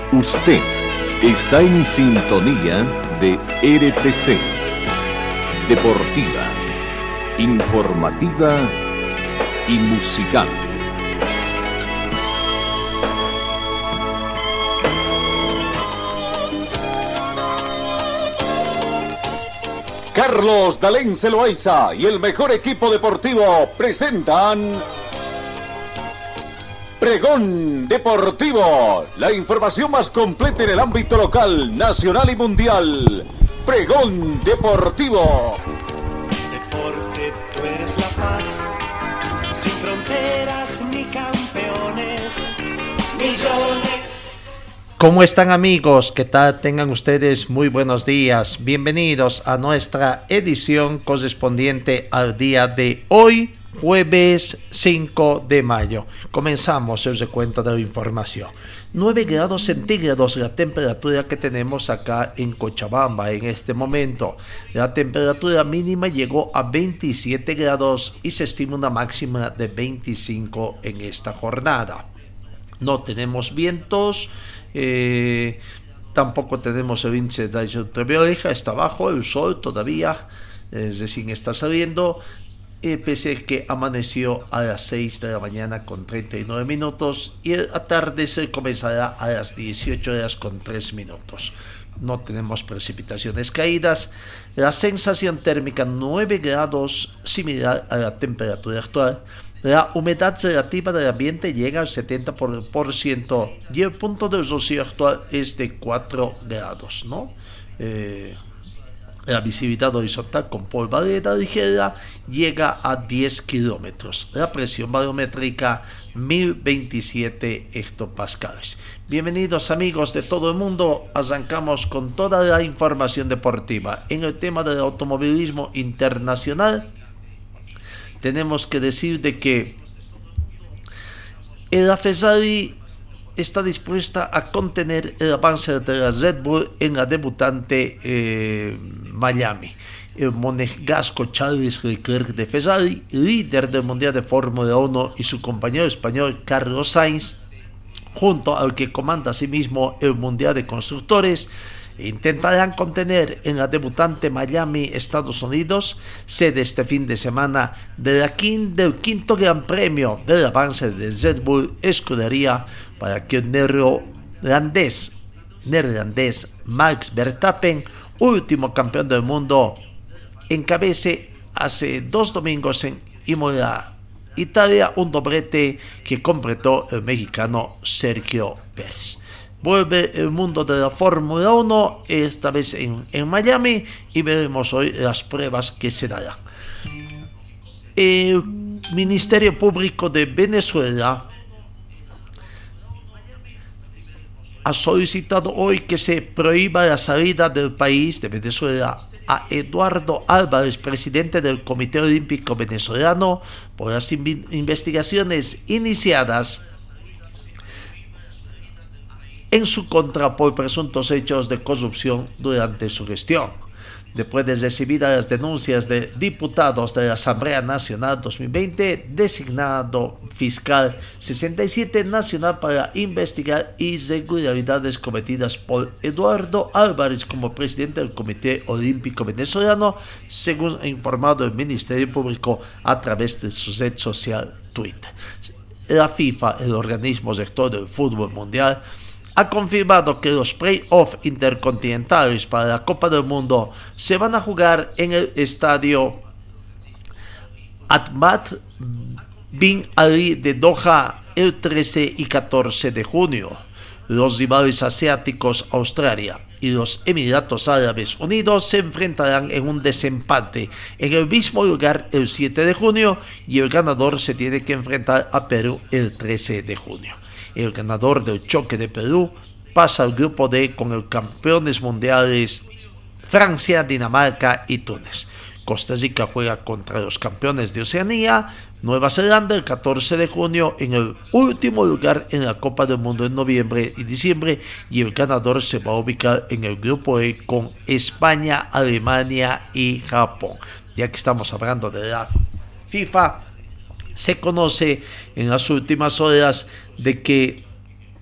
Usted está en sintonía de RTC, deportiva, informativa y musical. Carlos Dalén Loaiza y el mejor equipo deportivo presentan Pregón Deportivo, la información más completa en el ámbito local, nacional y mundial. Pregón Deportivo. Deporte, tú eres la paz, sin fronteras ni campeones, millones. ¿Cómo están, amigos? ¿Qué tal? Tengan ustedes muy buenos días. Bienvenidos a nuestra edición correspondiente al día de hoy, jueves 5 de mayo. Comenzamos el recuento de la información. 9 grados centígrados la temperatura que tenemos acá en Cochabamba en este momento. La temperatura mínima llegó a 27 grados y se estima una máxima de 25 en esta jornada. No tenemos vientos. Tampoco tenemos el índice de rayos ultravioleta, está bajo, el sol todavía recién está saliendo, pese a que amaneció a las 6 de la mañana con 39 minutos y el atardecer comenzará a las 18 horas con 3 minutos. No tenemos precipitaciones caídas. La sensación térmica 9 grados, similar a la temperatura actual. La humedad relativa del ambiente llega al 70% y el punto de rocío actual es de 4 grados, ¿no? La visibilidad horizontal con polvareda ligera llega a 10 kilómetros. La presión barométrica 1027 hectopascales. Bienvenidos, amigos de todo el mundo. Arrancamos con toda la información deportiva. En el tema del automovilismo internacional, tenemos que decir de que la Ferrari está dispuesta a contener el avance de la Red Bull en la debutante Miami. El monegasco Charles Leclerc de Ferrari, líder del Mundial de Fórmula 1, y su compañero español Carlos Sainz, junto al que comanda asimismo el Mundial de Constructores, intentarán contener en la debutante Miami, Estados Unidos, sede este fin de semana del quinto Gran Premio del avance de Red Bull Escudería, para que el neerlandés Max Verstappen, último campeón del mundo, encabece hace 2 domingos en Imola, Italia, un doblete que completó el mexicano Sergio Pérez. Vuelve el mundo de la Fórmula 1, esta vez en Miami, y veremos hoy las pruebas que se darán. El Ministerio Público de Venezuela ha solicitado hoy que se prohíba la salida del país de Venezuela a Eduardo Álvarez, presidente del Comité Olímpico Venezolano, por las investigaciones iniciadas en su contra por presuntos hechos de corrupción durante su gestión. Después de recibir las denuncias de diputados de la Asamblea Nacional 2020, designado fiscal 67 nacional para investigar irregularidades cometidas por Eduardo Álvarez como presidente del Comité Olímpico Venezolano, según ha informado el Ministerio Público a través de su red social Twitter. La FIFA, el organismo rector del fútbol mundial, ha confirmado que los play-off intercontinentales para la Copa del Mundo se van a jugar en el estadio Ahmad bin Ali de Doha el 13 y 14 de junio. Los rivales asiáticos, Australia y los Emiratos Árabes Unidos, se enfrentarán en un desempate en el mismo lugar el 7 de junio y el ganador se tiene que enfrentar a Perú el 13 de junio. El ganador del choque de Perú pasa al grupo D con los campeones mundiales Francia, Dinamarca y Túnez. Costa Rica juega contra los campeones de Oceanía, Nueva Zelanda, el 14 de junio en el último lugar en la Copa del Mundo en noviembre y diciembre, y el ganador se va a ubicar en el grupo E con España, Alemania y Japón. Ya que estamos hablando de la FIFA, se conoce en las últimas horas de que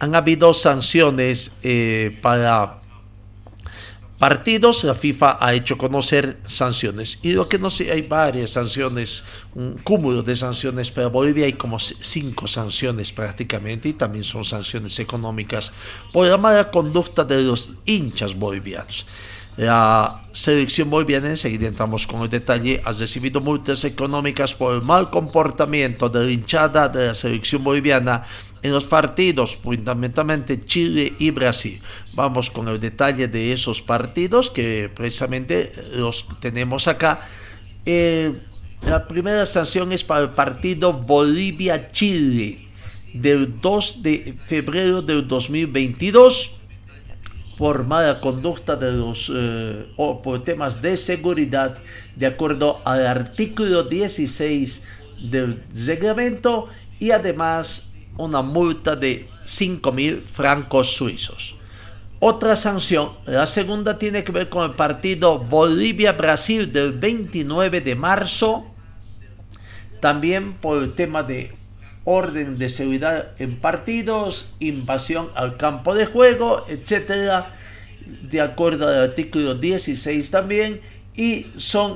han habido sanciones para partidos. La FIFA ha hecho conocer sanciones, y lo que no sé, hay varias sanciones, un cúmulo de sanciones para Bolivia. Hay como 5 sanciones prácticamente, y también son sanciones económicas por la mala conducta de los hinchas bolivianos. La selección boliviana, enseguida entramos con el detalle, ha recibido multas económicas por el mal comportamiento de la hinchada de la selección boliviana en los partidos, fundamentalmente Chile y Brasil. Vamos con el detalle de esos partidos, que precisamente los tenemos acá. La primera sanción es para el partido Bolivia-Chile del 2 de febrero del 2022. Por mala conducta de los o por temas de seguridad, de acuerdo al artículo 16 del reglamento, y además una multa de 5.000 francos suizos. Otra sanción, la segunda, tiene que ver con el partido Bolivia-Brasil del 29 de marzo, también por el tema de orden de seguridad en partidos, invasión al campo de juego, etcétera, de acuerdo al artículo 16 también, y son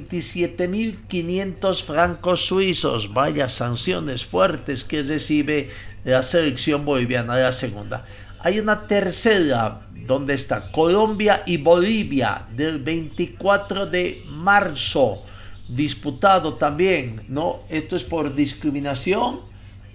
27.500 francos suizos. Vaya sanciones fuertes que recibe la selección boliviana, la segunda. Hay una tercera, donde está Colombia y Bolivia, del 24 de marzo, disputado también, ¿no? Esto es por discriminación,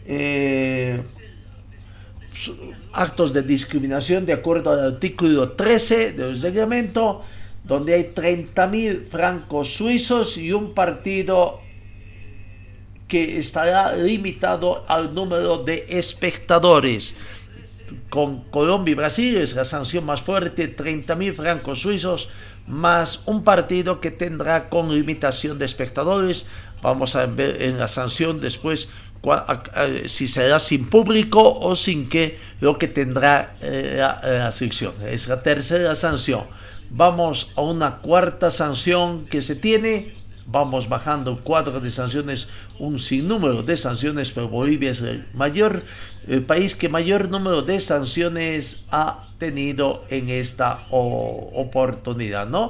actos de discriminación de acuerdo al artículo 13 del reglamento, donde hay 30.000 francos suizos y un partido que estará limitado al número de espectadores. Con Colombia y Brasil es la sanción más fuerte, 30.000 francos suizos, más un partido que tendrá con limitación de espectadores. Vamos a ver en la sanción después si será sin público o sin que, lo que tendrá la sección. Es la tercera sanción. Vamos a una cuarta sanción que se tiene. Vamos bajando el cuadro de sanciones, un sinnúmero de sanciones, pero Bolivia es el país que mayor número de sanciones ha tenido en esta oportunidad, ¿no?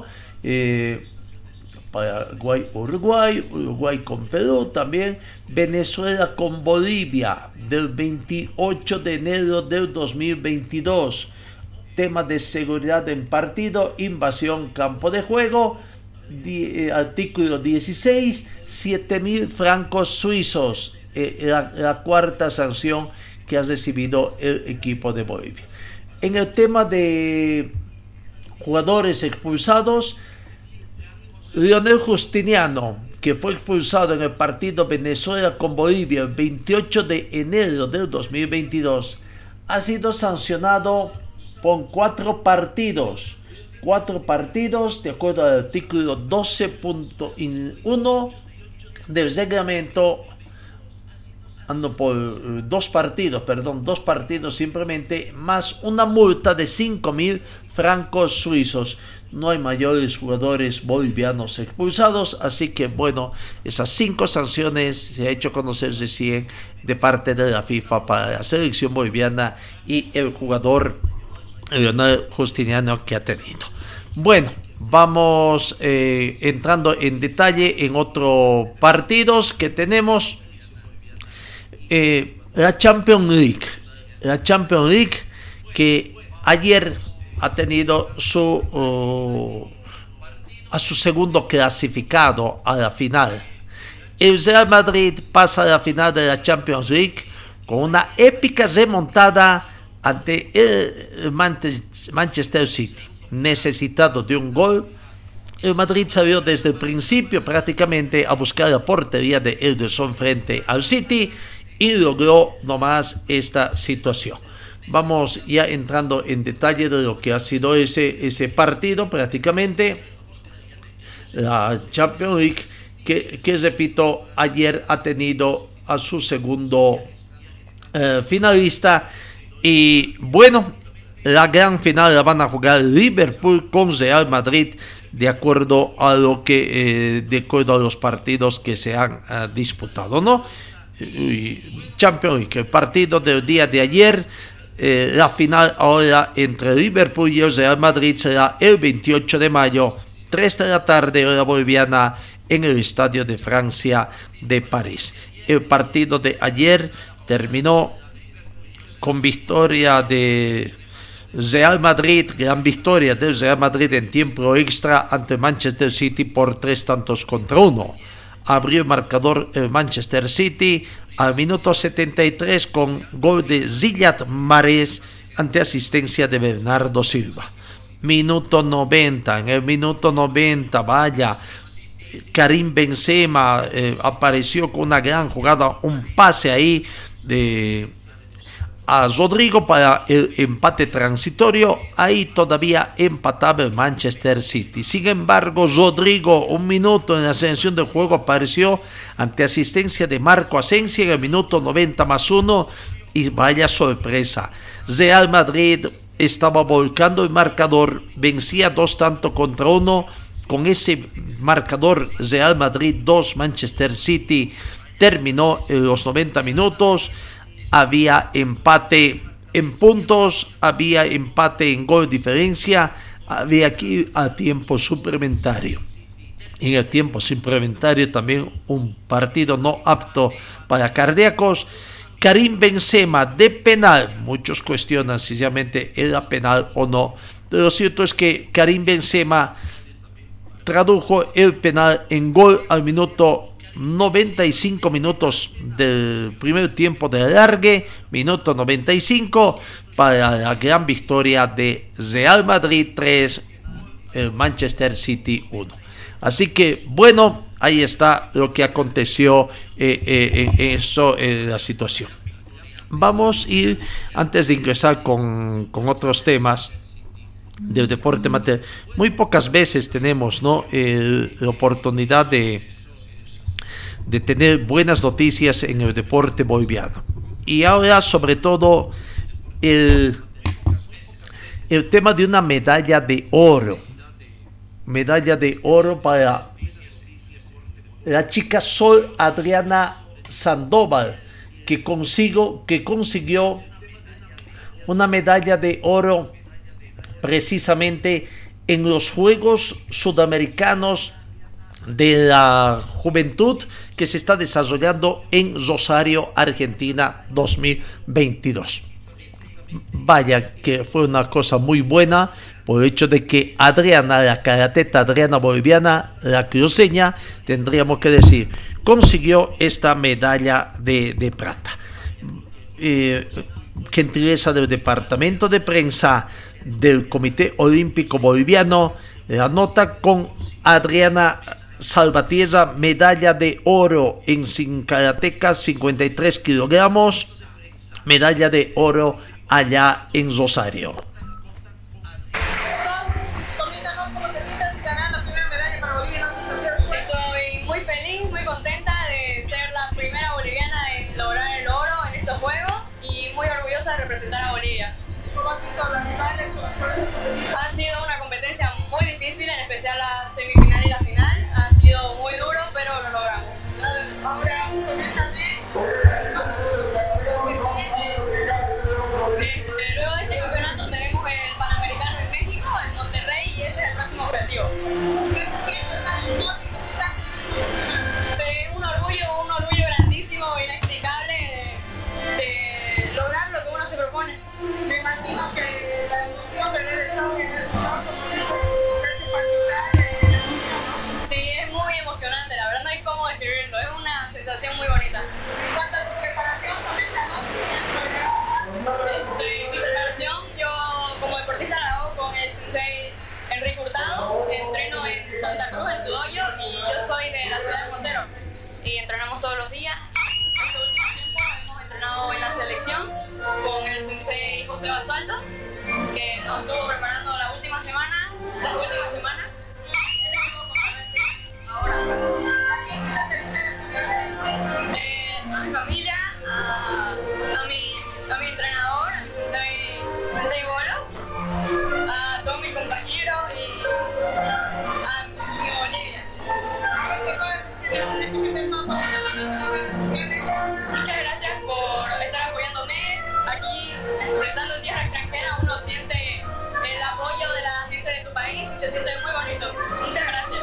Paraguay, Uruguay con Perú también, Venezuela con Bolivia del 28 de enero del 2022, tema de seguridad en partido, invasión campo de juego, artículo 16, 7.000 francos suizos, la cuarta sanción que ha recibido el equipo de Bolivia. En el tema de jugadores expulsados, Lionel Justiniano, que fue expulsado en el partido Venezuela con Bolivia el 28 de enero del 2022, ha sido sancionado con 4 partidos de acuerdo al artículo 12.1 del reglamento, por 2 partidos simplemente, más una multa de 5.000 francos suizos. No hay mayores jugadores bolivianos expulsados, así que bueno, esas 5 sanciones se ha hecho conocer recién de parte de la FIFA para la selección boliviana y el jugador Lionel Justiniano que ha tenido. Bueno, vamos entrando en detalle en otros partidos que tenemos. La Champions League que ayer ha tenido a su segundo clasificado a la final. El Real Madrid pasa a la final de la Champions League con una épica remontada ante el Manchester City. Necesitado de un gol, el Madrid salió desde el principio prácticamente a buscar la portería de Ederson frente al City y logró nomás esta situación. Vamos ya entrando en detalle de lo que ha sido ese partido prácticamente. La Champions League que repito, ayer ha tenido a su segundo finalista. Y bueno, la gran final la van a jugar Liverpool con Real Madrid, de acuerdo a lo que de acuerdo a los partidos que se han disputado, ¿no? Champions League, el partido del día de ayer, La final ahora entre Liverpool y el Real Madrid será el 28 de mayo, 3 de la tarde, hora boliviana, en el Estadio de Francia de París. El partido de ayer terminó con victoria de Real Madrid, gran victoria del Real Madrid en tiempo extra ante Manchester City por 3-1. Abrió el marcador el Manchester City al minuto 73 con gol de Ziyad Mahrez ante asistencia de Bernardo Silva. Minuto 90, en el minuto 90, vaya, Karim Benzema apareció con una gran jugada, un pase ahí a Rodrigo para el empate transitorio. Ahí todavía empataba el Manchester City. Sin embargo, Rodrigo, un minuto en la ascensión del juego, apareció ante asistencia de Marco Asensio en el minuto 90+1 y vaya sorpresa, Real Madrid estaba volcando el marcador, vencía 2-1. Con ese marcador, Real Madrid 2, Manchester City, terminó en los 90 minutos. Había empate en puntos, había empate en gol diferencia, había aquí a tiempo suplementario. En el tiempo suplementario también un partido no apto para cardíacos. Karim Benzema de penal, muchos cuestionan si realmente era penal o no, pero lo cierto es que Karim Benzema tradujo el penal en gol al minuto 95 minutos del primer tiempo de alargue, minuto 95, para la gran victoria de Real Madrid 3, Manchester City 1. Así que bueno, ahí está lo que aconteció en la situación. Vamos a ir, antes de ingresar con otros temas del deporte amateur, muy pocas veces tenemos, ¿no?, la oportunidad de tener buenas noticias en el deporte boliviano. Y ahora, sobre todo, el tema de una medalla de oro para la chica Sol Adriana Sandoval, que consiguió una medalla de oro precisamente en los Juegos Sudamericanos de la Juventud que se está desarrollando en Rosario, Argentina 2022. Vaya que fue una cosa muy buena por el hecho de que Adriana, la karateta Adriana boliviana, la cruceña, tendríamos que decir, consiguió esta medalla de plata. Gentileza del departamento de prensa del Comité Olímpico Boliviano, la nota con Adriana Salvatierra, medalla de oro en karateca 53 kilogramos, medalla de oro allá en Rosario. Coméntanos cómo te sientes ganar la primera medalla para Bolivia. Estoy muy feliz, muy contenta de ser la primera boliviana en lograr el oro en estos juegos y muy orgullosa de representar a Bolivia. ¿Cómo has visto las rivales? Ha sido una competencia muy difícil, en especial la semifinal y la final. Ha sido muy duro, pero lo logramos. Ahora, coméntame. Luego de este campeonato tenemos el Panamericano en México, en Monterrey, y ese es el próximo objetivo. Sí, un orgullo grandísimo, inexplicable de lograr lo que uno se propone. Me imagino que la emoción de haber estado en el salto sí, es muy emocionante, la verdad no hay cómo describirlo, es una sensación muy bonita. En cuanto a tu preparación, coméntanos. Mi preparación, yo como deportista la hago con el sensei Enrique Hurtado, entreno en Santa Cruz, en su dojo, y yo soy de la ciudad de Montero y entrenamos todos los días. Este último tiempo hemos entrenado en la selección con el sensei José Basualdo, que nos estuvo preparando las últimas semanas y él estuvo con ahora. A mi familia, a mi entrenador, a mi sensei Bolo, a todos mis compañeros y a mi Bolivia. Muchas gracias por estar apoyándome aquí, enfrentando tierra extranjera uno siente el apoyo de la gente de tu país y se siente muy bonito. Muchas gracias.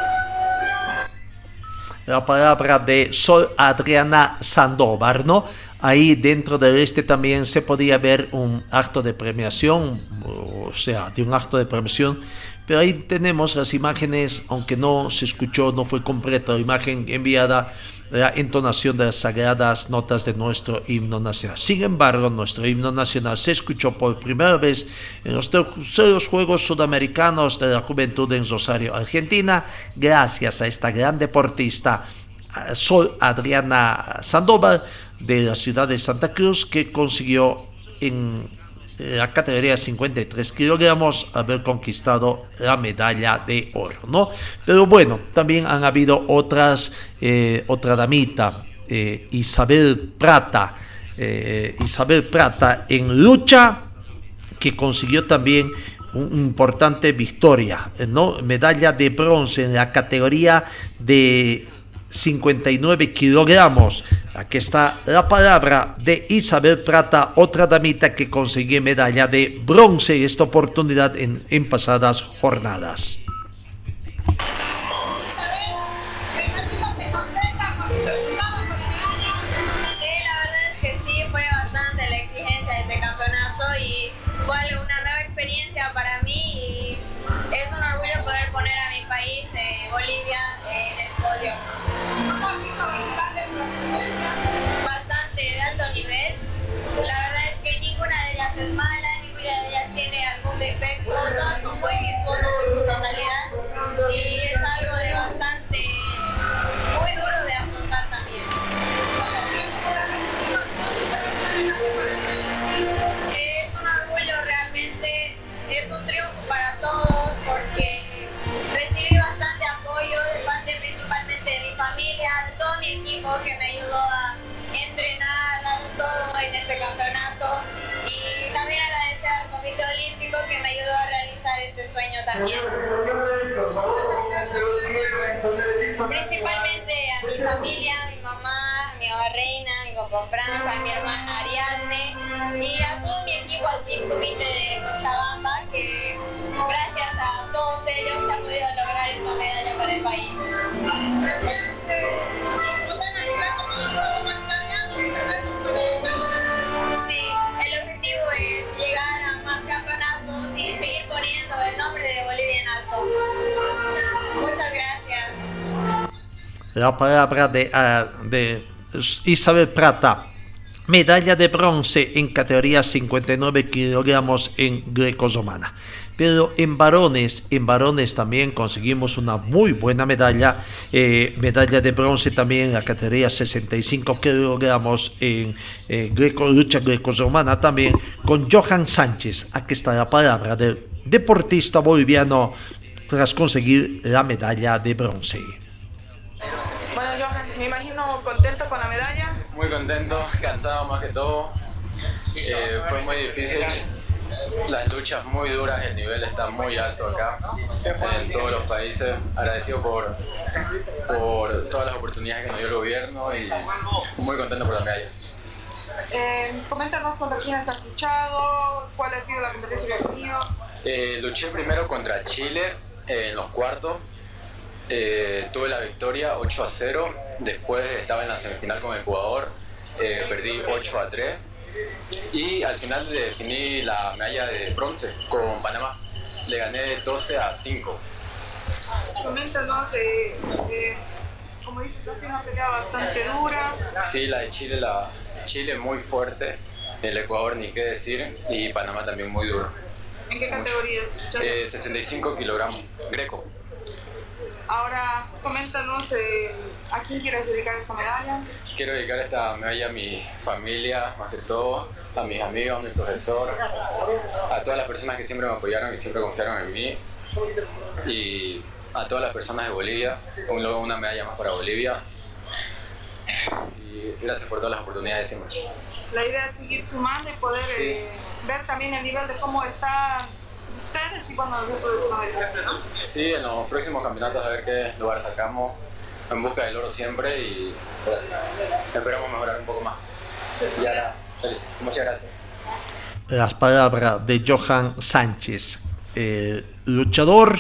La palabra de Sol Adriana Sandoval, ¿no? Ahí dentro del también se podía ver un acto de premiación, o sea, de un acto de premiación, pero ahí tenemos las imágenes, aunque no se escuchó, no fue completa la imagen enviada, la entonación de las sagradas notas de nuestro himno nacional. Sin embargo, nuestro himno nacional se escuchó por primera vez en los terceros Juegos Sudamericanos de la Juventud en Rosario, Argentina, gracias a esta gran deportista, Sol Adriana Sandoval, de la ciudad de Santa Cruz, que consiguió en la categoría 53 kilogramos haber conquistado la medalla de oro, ¿no? Pero bueno, también han habido otras, otra damita, Isabel Prata en lucha, que consiguió también una importante victoria, ¿no? Medalla de bronce en la categoría de 59 kilogramos. Aquí está la palabra de Isabel Prata, otra damita que consiguió medalla de bronce en esta oportunidad en pasadas jornadas. Para mí y es un orgullo poder poner a mi país, Bolivia, en el podio. Bastante de alto nivel. La verdad es que ninguna de ellas es mala, ninguna de ellas tiene algún defecto, todas son muy virtuosas en su totalidad y es algo de bastante, muy duro de afrontar también. Es un orgullo realmente. Es un triunfo para todos porque recibí bastante apoyo de parte principalmente de mi familia, de todo mi equipo que me ayudó a entrenar, a todo en este campeonato y también agradecer al Comité Olímpico que me ayudó a realizar este sueño también. Principalmente a mi familia, a mi mamá, a mi mamá Reina, a mi papá Franz, a mi hermana Ariadne y a todo mi equipo, al Team Comité de Cochabamba, que gracias a todos ellos se ha podido lograr esta medalla para el país. Sí, el objetivo es llegar a más campeonatos y seguir poniendo el nombre de Bolivia en alto. Muchas gracias. La palabra de Isabel Prata, medalla de bronce en categoría 59 kilogramos en greco-romana. Pero en varones también conseguimos una muy buena medalla, medalla de bronce también en la categoría 65 kilogramos en lucha greco-romana también, con Johan Sánchez. Aquí está la palabra del deportista boliviano tras conseguir la medalla de bronce. Bueno, Johan, me imagino contento con la medalla. Muy contento, cansado más que todo. Fue muy difícil, las luchas muy duras, el nivel está muy alto acá en todos los países. Agradecido por todas las oportunidades que nos dio el gobierno y muy contento por la medalla. Coméntanos contra quiénes has luchado, cuál ha sido la competencia que has tenido. Luché primero contra Chile en los cuartos. Tuve la victoria 8-0, después estaba en la semifinal con Ecuador, perdí 8-3 y al final le definí la medalla de bronce con Panamá, le gané 12-5. Coméntanos, como dices, ha sido una pelea bastante dura. Sí, la de Chile muy fuerte, el Ecuador ni qué decir y Panamá también muy duro. ¿En qué categoría? 65 kilogramos, greco. Ahora, coméntanos, ¿a quién quieres dedicar esta medalla? Quiero dedicar esta medalla a mi familia, más que todo, a mis amigos, a mi profesor, a todas las personas que siempre me apoyaron y siempre confiaron en mí, y a todas las personas de Bolivia, una medalla más para Bolivia, y gracias por todas las oportunidades siempre. La idea es seguir sumando y poder ver también el nivel de cómo están ustedes y cuando nosotros estamos, ¿no? Sí, en los próximos campeonatos a ver qué lugar sacamos, en busca del oro siempre y gracias. Esperamos mejorar un poco más. Y ahora, feliz. Muchas gracias. las palabras de Johan Sánchez, luchador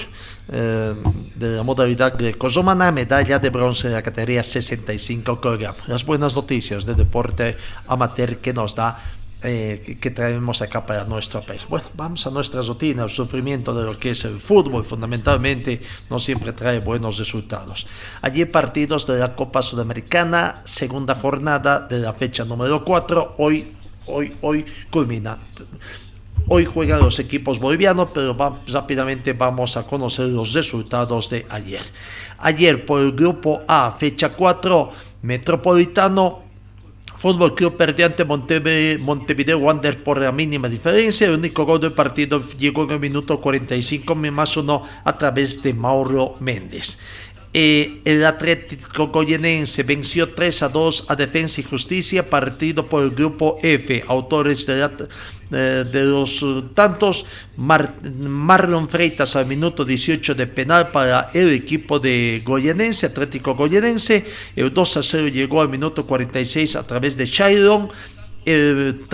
de la modalidad grecorromana, medalla de bronce de la categoría 65 kilogramos. Las buenas noticias de deporte amateur que nos da, que traemos acá para nuestro país. Bueno, vamos a nuestra rutina. El sufrimiento de lo que es el fútbol fundamentalmente no siempre trae buenos resultados. Allí partidos de la Copa Sudamericana, segunda jornada de la fecha número 4, hoy culmina. Hoy juegan los equipos bolivianos, pero rápidamente vamos a conocer los resultados de ayer. Ayer por el grupo A, fecha 4, Metropolitano Fútbol Club perdió ante Montevideo Wanderers por la mínima diferencia. El único gol del partido llegó en el minuto 45 más 1 a través de Mauro Méndez. El Atlético Goyenense venció 3-2 a Defensa y Justicia, partido por el grupo F. Autores de los tantos, Marlon Freitas al minuto 18 de penal para el equipo de Goyenense, Atlético Goyenense. El 2-0 llegó al minuto 46 a través de Chayron. El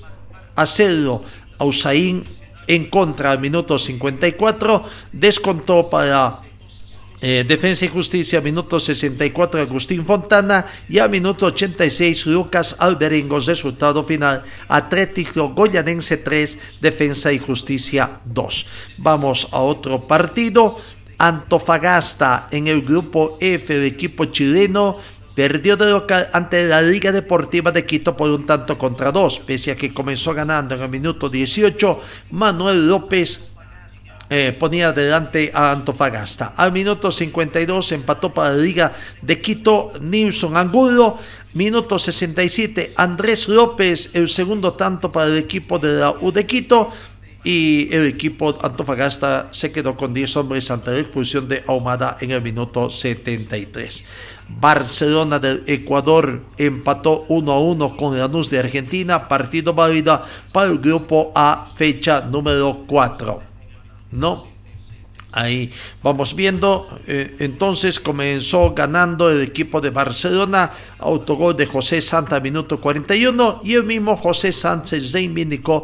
3-0 a Usain en contra al minuto 54. Descontó para Defensa y Justicia, minuto 64 Agustín Fontana, y a minuto 86 Lucas Alberengo. Resultado final: Atlético Goyanense 3, Defensa y Justicia 2. Vamos a otro partido. Antofagasta en el grupo F, el equipo chileno perdió de local ante la Liga Deportiva de Quito por 1-2, pese a que comenzó ganando en el minuto 18. Manuel López ponía adelante a Antofagasta. Al minuto 52 empató para la Liga de Quito Nilson Angulo. Minuto 67 Andrés López, el segundo tanto para el equipo de la U de Quito, y el equipo Antofagasta se quedó con 10 hombres ante la expulsión de Ahumada en el minuto 73. Barcelona del Ecuador empató 1-1 con Lanús de Argentina, partido válido para el grupo A, fecha número 4. ¿No? Ahí vamos viendo. Entonces comenzó ganando el equipo de Barcelona, autogol de José Santa minuto 41, y el mismo José Sánchez reivindicó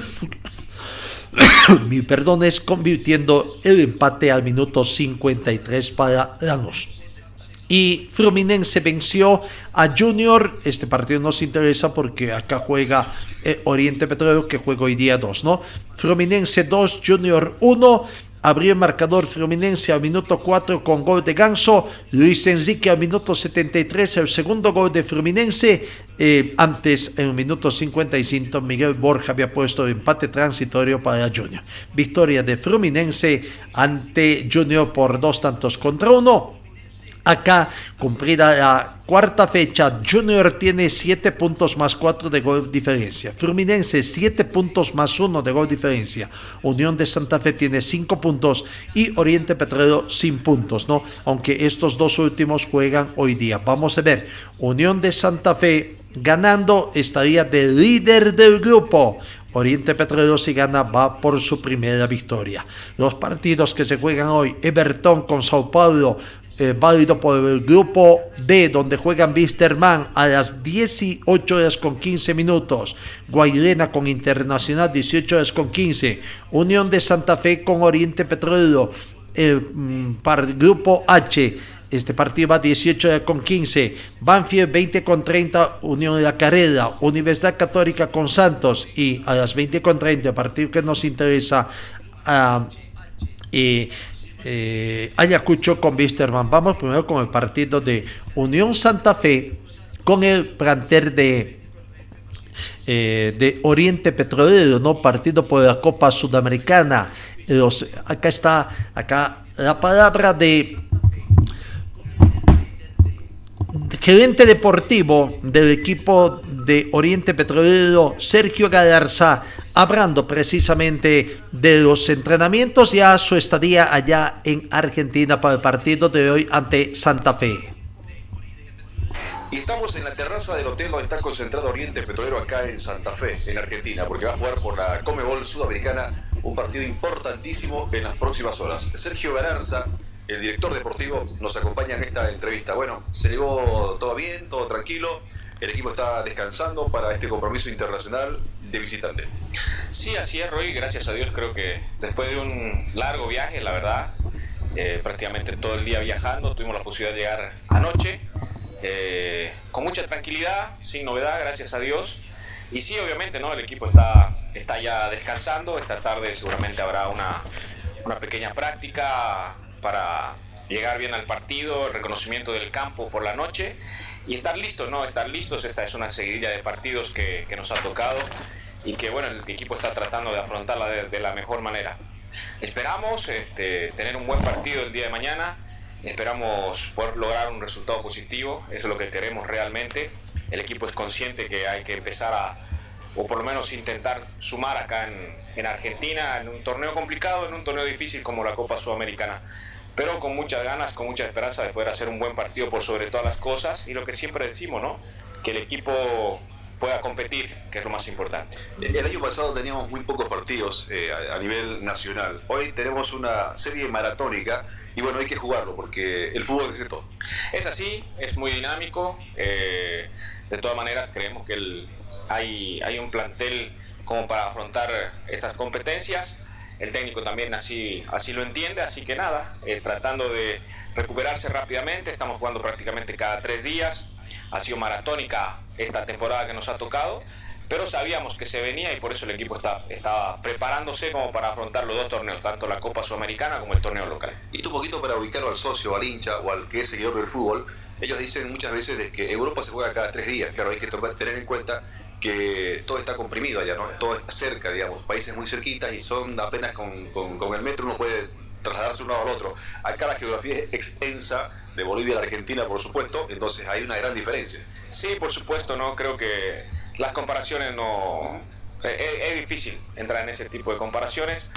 convirtiendo el empate al minuto 53 para Lanús. Y Fluminense venció a Junior. Este partido nos interesa porque acá juega Oriente Petrolero, que juega hoy día 2, ¿no? Fluminense 2, Junior 1. Abrió el marcador Fluminense al minuto 4 con gol de Ganso. Luis Enrique al minuto 73, el segundo gol de Fluminense. Antes, en el minuto 55, Miguel Borja había puesto el empate transitorio para Junior. Victoria de Fluminense ante Junior por 2-1. Acá, cumplida la cuarta fecha, Junior tiene 7 puntos más 4 de gol diferencia. Fluminense 7 puntos más 1 de gol diferencia. Unión de Santa Fe tiene 5 puntos y Oriente Petrolero sin puntos, ¿no? Aunque estos dos últimos juegan hoy día. Vamos a ver. Unión de Santa Fe ganando estaría de líder del grupo. Oriente Petrolero, si gana, va por su primera victoria. Los partidos que se juegan hoy: Everton con Sao Paulo, válido por el grupo D, donde juegan Wisterman a las 18:15. Guairena con Internacional 18:15. Unión de Santa Fe con Oriente Petrolero, para el grupo H. Este partido va 18:15. Banfield 20:30, Unión de la Carrera. Universidad Católica con Santos, y a las 20:30, partido que nos interesa, Ayacucho con Wisterman. Vamos primero con el partido de Unión Santa Fe con el plantel de Oriente Petrolero, ¿no? Partido por la Copa Sudamericana. Acá la palabra de gerente deportivo del equipo de Oriente Petrolero, Sergio Galarza, hablando precisamente de los entrenamientos y a su estadía allá en Argentina para el partido de hoy ante Santa Fe. Y estamos en la terraza del hotel donde está concentrado Oriente Petrolero acá en Santa Fe, en Argentina, porque va a jugar por la Conmebol Sudamericana, un partido importantísimo en las próximas horas. Sergio Galarza, el director deportivo, nos acompaña en esta entrevista. Bueno, se llegó todo bien, todo tranquilo. El equipo está descansando para este compromiso internacional de visitante. Sí, así es, Roy, gracias a Dios creo que después de un largo viaje, la verdad, prácticamente todo el día viajando, tuvimos la posibilidad de llegar anoche, con mucha tranquilidad, sin novedad, gracias a Dios. Y sí, obviamente, ¿no? El equipo está ya descansando. Esta tarde seguramente habrá una pequeña práctica para llegar bien al partido, el reconocimiento del campo por la noche y estar listos, ¿no? Estar listos. Esta es una seguidilla de partidos que nos ha tocado y que, bueno, el equipo está tratando de afrontarla de la mejor manera. Esperamos tener un buen partido el día de mañana. Esperamos poder lograr un resultado positivo. Eso es lo que queremos realmente. El equipo es consciente que hay que empezar o por lo menos intentar sumar acá en Argentina, en un torneo complicado, en un torneo difícil como la Copa Sudamericana, pero con muchas ganas, con mucha esperanza de poder hacer un buen partido por sobre todas las cosas y lo que siempre decimos, ¿no? Que el equipo pueda competir, que es lo más importante. El año pasado teníamos muy pocos partidos a nivel nacional. Hoy tenemos una serie maratónica y bueno, hay que jugarlo porque el fútbol es esto. Es así, es muy dinámico. De todas maneras, creemos que hay un plantel como para afrontar estas competencias. El técnico también así lo entiende, así que nada, tratando de recuperarse rápidamente. Estamos jugando prácticamente cada 3 días. Ha sido maratónica esta temporada que nos ha tocado, pero sabíamos que se venía y por eso el equipo estaba preparándose como para afrontar los 2 torneos, tanto la Copa Sudamericana como el torneo local. Y tú un poquito para ubicarlo al socio, al hincha o al que es seguidor del fútbol, ellos dicen muchas veces que Europa se juega cada 3 días. Claro, hay que tener en cuenta que todo está comprimido allá, ¿no? Todo está cerca, digamos, países muy cerquitas y son apenas con el metro uno puede trasladarse de un lado al otro. Acá la geografía es extensa, de Bolivia a la Argentina, por supuesto, entonces hay una gran diferencia. Sí, por supuesto, ¿no? Creo que las comparaciones no... Es difícil entrar en ese tipo de comparaciones,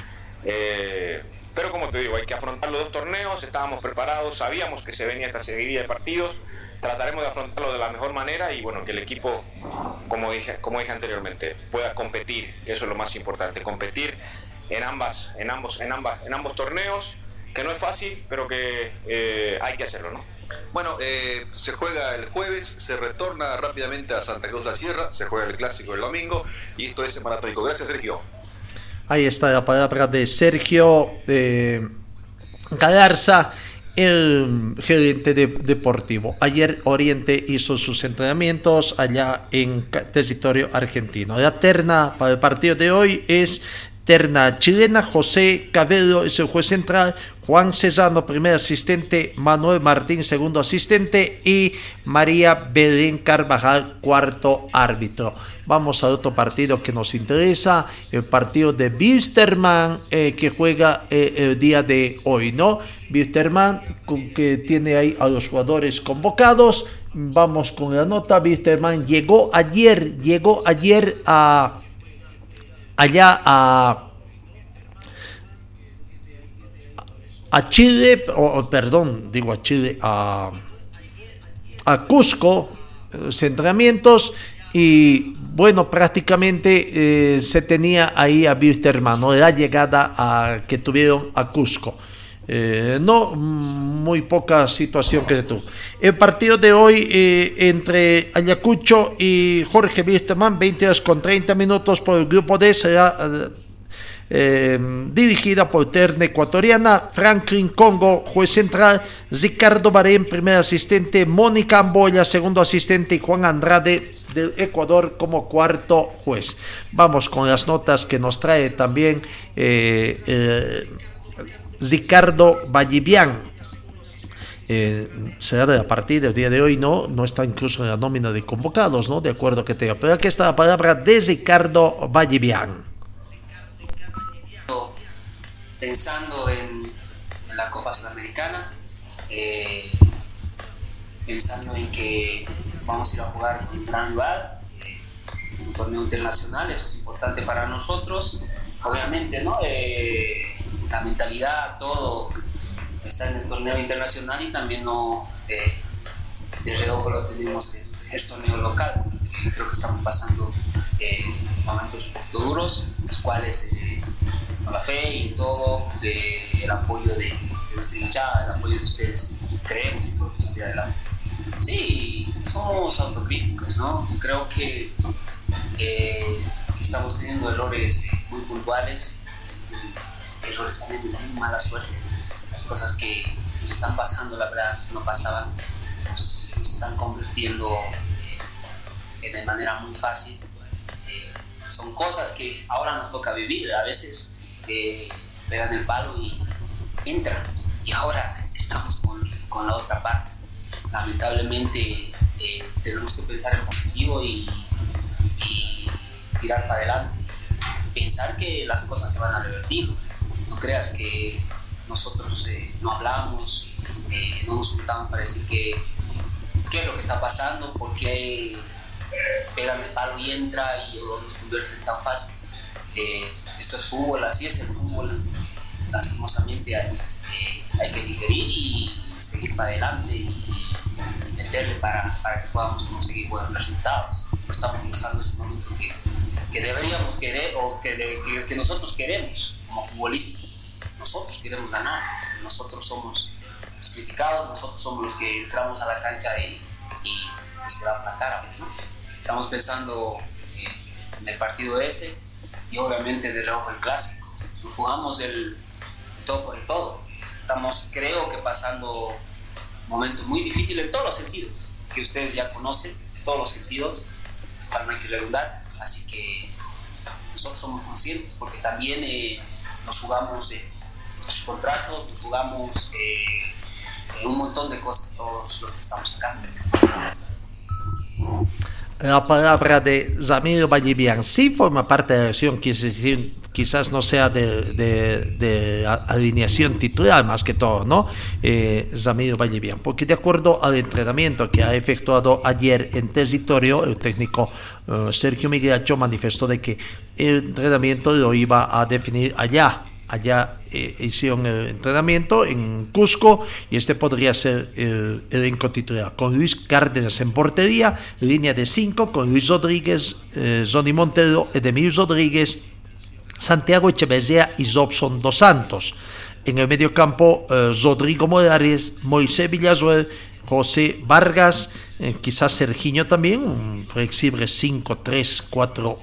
pero como te digo, hay que afrontar los 2 torneos, estábamos preparados, sabíamos que se venía esta seguidilla de partidos, trataremos de afrontarlo de la mejor manera y bueno, que el equipo, como dije anteriormente, pueda competir, que eso es lo más importante, competir en ambos torneos, que no es fácil, pero que hay que hacerlo, ¿no? Bueno, se juega el jueves, se retorna rápidamente a Santa Cruz de la Sierra, se juega el clásico el domingo y esto es el maratónico. Gracias, Sergio. Ahí está la palabra de Sergio Galarza, el gerente deportivo. Ayer Oriente hizo sus entrenamientos allá en territorio argentino. La terna para el partido de hoy es terna chilena: José Cabello es el juez central, Juan Cesano primer asistente, Manuel Martín segundo asistente y María Belén Carvajal cuarto árbitro. Vamos al otro partido que nos interesa, el partido de Wilstermann que juega el día de hoy, ¿no? Wilstermann que tiene ahí a los jugadores convocados. Vamos con la nota. Wilstermann llegó ayer a Chile, a Cusco, los entrenamientos, y bueno, prácticamente se tenía ahí a Wilstermann, ¿no? La llegada que tuvieron a Cusco. No, muy poca situación que se tuvo. El partido de hoy entre Ayacucho y Jorge Wilstermann, 22:30 por el grupo D, será dirigida por terna ecuatoriana: Franklin Congo, juez central, Ricardo Barén, primer asistente, Mónica Amboya, segundo asistente, y Juan Andrade del Ecuador como cuarto juez. Vamos con las notas que nos trae también Ricardo Vallivian. Será de la partida del día de hoy, no está incluso en la nómina de convocados, ¿no? De acuerdo que tenga. Pero aquí está la palabra de Ricardo Vallivian. Pensando en la Copa Sudamericana, pensando en que vamos a ir a jugar en un gran lugar, un torneo internacional, eso es importante para nosotros, obviamente, ¿no? La mentalidad, todo está en el torneo internacional y también de reojo lo tenemos en el torneo local. Creo que estamos pasando momentos un poquito duros, los cuales con la fe y todo, el apoyo de nuestra hinchada, el apoyo de ustedes, creemos que podemos salir adelante. Sí, somos autocríticos, ¿no? Creo que estamos teniendo errores muy puntuales, errores también de muy mala suerte. Las cosas que nos están pasando, la verdad, no pasaban, nos están convirtiendo de manera muy fácil. Son cosas que ahora nos toca vivir. A veces pegan el palo y entran, y ahora estamos con la otra parte. Lamentablemente tenemos que pensar en positivo y tirar para adelante, pensar que las cosas se van a revertir. No creas que nosotros no hablamos, no nos juntamos para decir qué es lo que está pasando, por qué pegan el palo y entra y nos convierten tan fácil. Esto es fútbol, así es el fútbol. Lastimosamente hay que digerir y seguir para adelante y meterle para que podamos conseguir buenos resultados. No estamos pensando ese momento que deberíamos querer o que nosotros queremos como futbolistas. Nosotros queremos ganar, nosotros somos los criticados, nosotros somos los que entramos a la cancha y nos quedamos la cara, ¿no? Estamos pensando en el partido ese y obviamente de luego el clásico. Nos jugamos el todo por el todo. Estamos, creo que, pasando momentos muy difíciles en todos los sentidos, que ustedes ya conocen, en todos los sentidos, para no hay que redundar. Así que nosotros somos conscientes porque también nos jugamos nuestros contratos, nos jugamos un montón de cosas todos los que estamos acá. La palabra de Ramiro Vallivian sí forma parte de la versión, quizás no sea de alineación titular más que todo, ¿no? Ramiro Vallivian, porque de acuerdo al entrenamiento que ha efectuado ayer en territorio, el técnico Sergio Migliaccio manifestó de que el entrenamiento lo iba a definir allá hicieron el entrenamiento en Cusco y este podría ser el elenco titular, con Luis Cárdenas en portería, línea de 5 con Luis Rodríguez, Johnny Montero, Edemir Rodríguez, Santiago Echeverría y Robson Dos Santos. En el mediocampo, Rodrigo Morales, Moisés Villasuel, José Vargas, quizás Serginho también, un flexible 5-3-4-1,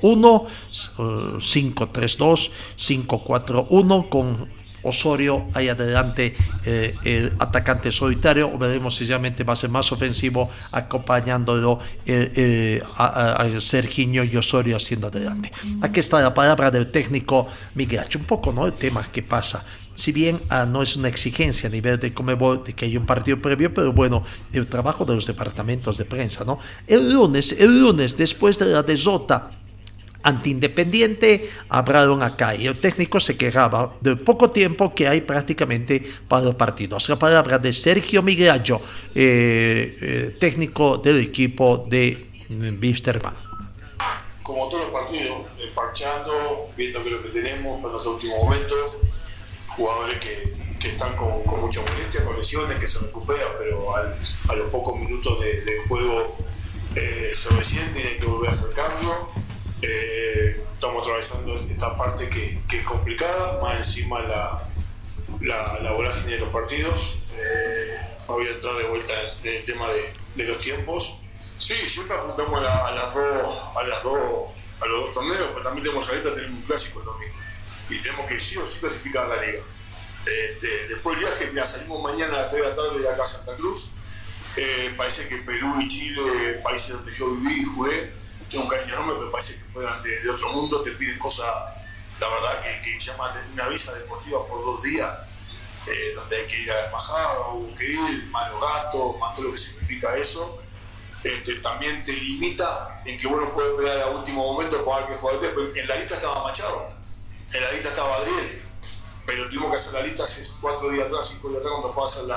5-3-2, 5-4-1 con Osorio ahí adelante, el atacante solitario, o veremos si realmente va a ser más ofensivo acompañándolo a Serginho y Osorio haciendo adelante. Aquí está la palabra del técnico Migliaccio, un poco, ¿no?, el tema que pasa. Si bien no es una exigencia a nivel de Conmebol de que haya un partido previo, pero bueno, el trabajo de los departamentos de prensa, ¿no? El lunes, después de la derrota ante Independiente, hablaron acá y el técnico se quejaba del poco tiempo que hay prácticamente para los partidos. La palabra de Sergio Migliaccio, técnico del equipo de Wilstermann. Como todos los partidos, parchando, viendo que lo que tenemos para los últimos momentos, jugadores que están con mucha molestia, con lesiones, que se recuperan, pero a los pocos minutos de juego se resienten y hay que volver a hacer cambio. Estamos atravesando esta parte que es complicada, más encima la vorágine de los partidos. Voy a entrar de vuelta en el tema de los tiempos. Sí, siempre apuntamos a los dos torneos, pero también tenemos ahorita un clásico el domingo y tenemos que sí o sí clasificar la liga. Después del viaje, mira, salimos mañana a las 3 de la tarde de acá a Santa Cruz. Parece que Perú y Chile, países donde yo viví y jugué, tengo un cariño enorme, pero parece que fueran de otro mundo, te piden cosas, la verdad, que llaman una visa deportiva por 2 días, donde hay que ir a la embajada, hubo que ir, más los gastos, más todo lo que significa eso. También te limita en que vos no puedes esperar al último momento para ver qué jugador. En la lista estaba Machado, en la lista estaba Adriel, pero tuvimos que hacer la lista hace 4 días atrás, 5 días atrás, cuando fue a hacer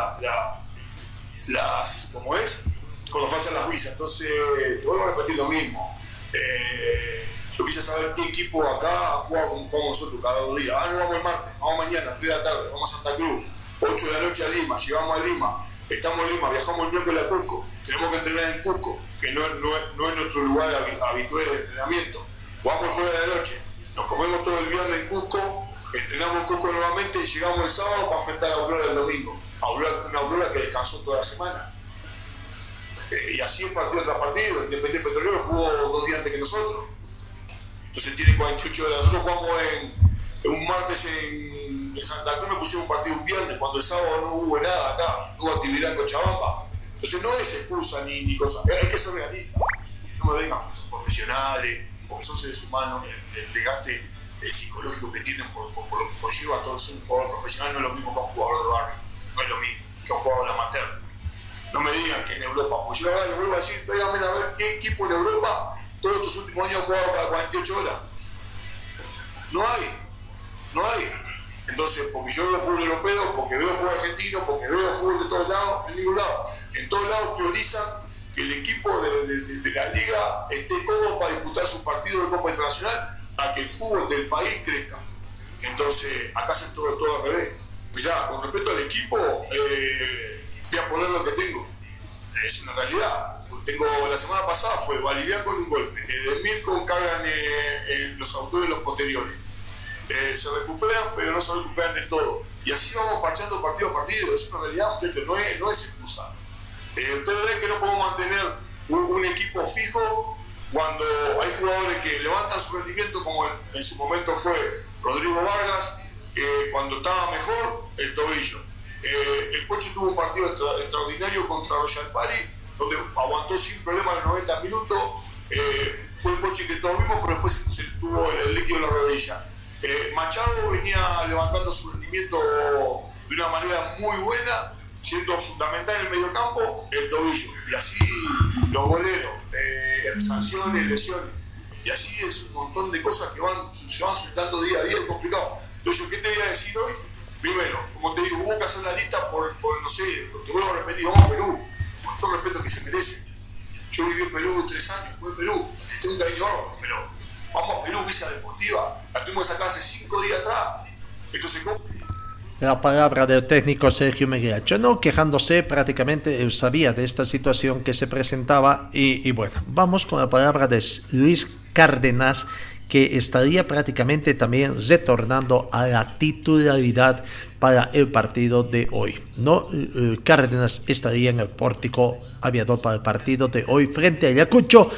las ¿cómo es? Cuando fue a hacer las visas. Entonces, te vuelvo a repetir lo mismo. Yo quise saber qué equipo acá ha jugado como jugamos nosotros cada 2 días. No vamos el martes, vamos mañana, 3 de la tarde, vamos a Santa Cruz, 8 de la noche a Lima, llegamos a Lima, estamos en Lima, viajamos el miércoles a Cusco, tenemos que entrenar en Cusco, que no es nuestro lugar habitual de entrenamiento. Vamos el jueves de la noche, nos comemos todo el viernes en Cusco, entrenamos en Cusco nuevamente y llegamos el sábado para enfrentar a Aurora el domingo. Una Aurora que descansó toda la semana. Y así es partido tras partido. Independiente Petrolero jugó 2 días antes que nosotros. entonces tiene 48 horas. Nosotros jugamos en un martes en Santa Cruz, me pusieron un partido un viernes, cuando el sábado no hubo nada acá, no hubo actividad en Cochabamba. Entonces no es excusa ni cosa, hay que ser realista. No me digan que son profesionales, porque son seres humanos, el desgaste psicológico que tienen por llevar a todos un jugador profesional no es lo mismo que un jugador de barrio, no es lo mismo que un jugador amateur. No me digan que en Europa, pues yo les vuelvo a decir, tráiganme a ver qué equipo en Europa todos estos últimos años ha jugado cada 48 horas. No hay. Entonces, porque yo veo fútbol europeo, porque veo fútbol argentino, porque veo fútbol de todos lados, en ningún lado. En todos lados priorizan que el equipo de la liga esté cómodo para disputar sus partidos de Copa Internacional, a que el fútbol del país crezca. Entonces, acá hacen todo al revés. Mirá, con respecto al equipo, voy a poner lo que tengo. Es una realidad. La semana pasada fue Valerian con un golpe, Demir con carga en los autores y los posteriores. Se recuperan, pero no se recuperan del todo. Y así vamos parchando partido a partido. Es una realidad, muchachos, no es excusa. Ustedes ven que no podemos mantener un equipo fijo cuando hay jugadores que levantan su rendimiento, como en su momento fue Rodrigo Vargas, cuando estaba mejor, el tobillo. El Pocho tuvo un partido extraordinario contra Royal Party, donde aguantó sin problema los 90 minutos. Fue el Pocho que todos vimos, pero después se tuvo el líquido en la rodilla. Machado venía levantando su rendimiento de una manera muy buena, siendo fundamental en el mediocampo el tobillo. Y así los goleros, sanciones, lesiones. Y así es un montón de cosas que se van soltando día a día, es complicado. Entonces, ¿qué te voy a decir hoy? Primero, como te digo, hubo que hacer la lista por no sé, te vuelvo a repetir, vamos a Perú, con todo el respeto que se merece. Yo viví en Perú 3 años, fui en Perú, tengo un cariño bárbaro, pero vamos a Perú, visa deportiva, la tuvimos que sacar hace 5 días atrás. Entonces, ¿cómo? La palabra del técnico Sergio Meguiacho, no quejándose, prácticamente sabía de esta situación que se presentaba. Y bueno, vamos con la palabra de Luis Cárdenas, que estaría prácticamente también retornando a la titularidad para el partido de hoy. No, Cárdenas estaría en el pórtico aviador para el partido de hoy frente a Ayacucho,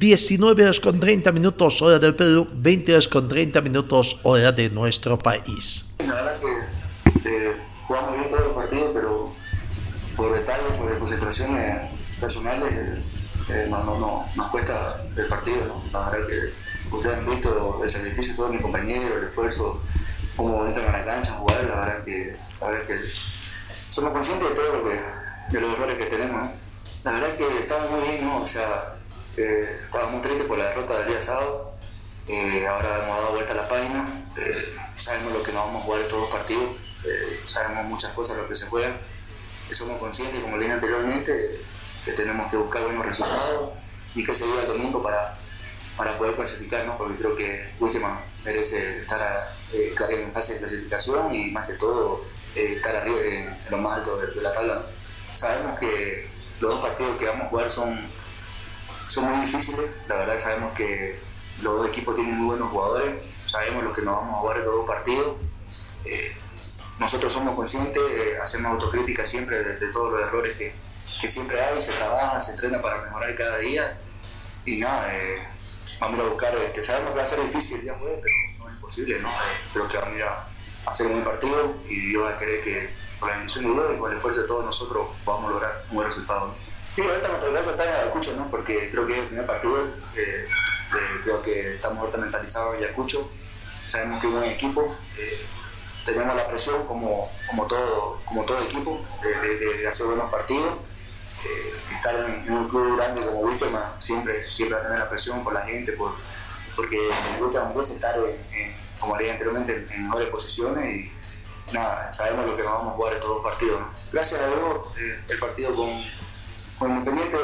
19:30 hora del Perú, 20:30 hora de nuestro país. La verdad que jugamos bien todos los partidos, pero por detalles, por concentraciones personales, nos cuesta el partido, ¿no? La verdad que ustedes han visto el sacrificio de todos mis compañeros, el esfuerzo, cómo entran a la cancha a jugar. La verdad que somos conscientes de los errores que tenemos, ¿no? La verdad que estamos muy bien, ¿no? O sea, estábamos muy tristes por la derrota del día sábado. Ahora hemos dado vuelta a la página, sabemos lo que nos vamos a jugar en todos los partidos, sabemos muchas cosas lo que se juegan, y somos conscientes, como les dije anteriormente, que tenemos que buscar buenos resultados y que se llegue el domingo para poder clasificar, ¿no? Porque creo que Wisterman merece estar en fase de clasificación y más que todo estar arriba en lo más alto de la tabla. Sabemos que los 2 partidos que vamos a jugar son muy difíciles. La verdad que sabemos que los 2 equipos tienen muy buenos jugadores, sabemos lo que nos vamos a jugar en los 2 partidos. Nosotros somos conscientes, hacemos autocrítica siempre de todos los errores que siempre hay, se trabaja, se entrena para mejorar cada día y nada, vamos a buscar, sabemos que va a ser difícil el día jueves, pero no es imposible, ¿no? Creo que vamos a ir a hacer un buen partido y Dios va a querer que con la bendición de Dios y con el esfuerzo de todos nosotros podamos lograr un buen resultado, ¿no? Sí, ahorita nuestra casa está en Ayacucho, ¿no? Porque creo que es el primer partido, creo que estamos ahorita mentalizados en Ayacucho, sabemos que es un buen equipo, tenemos la presión como todo equipo de hacer buenos partidos. Estar en un club grande como Wisterman siempre va a tener la presión por la gente, porque Wisterman puede estar, como le dije anteriormente, en mejores posiciones y nada, sabemos lo que nos vamos a jugar en todos los partidos, ¿no? Gracias a Dios, el partido con Independiente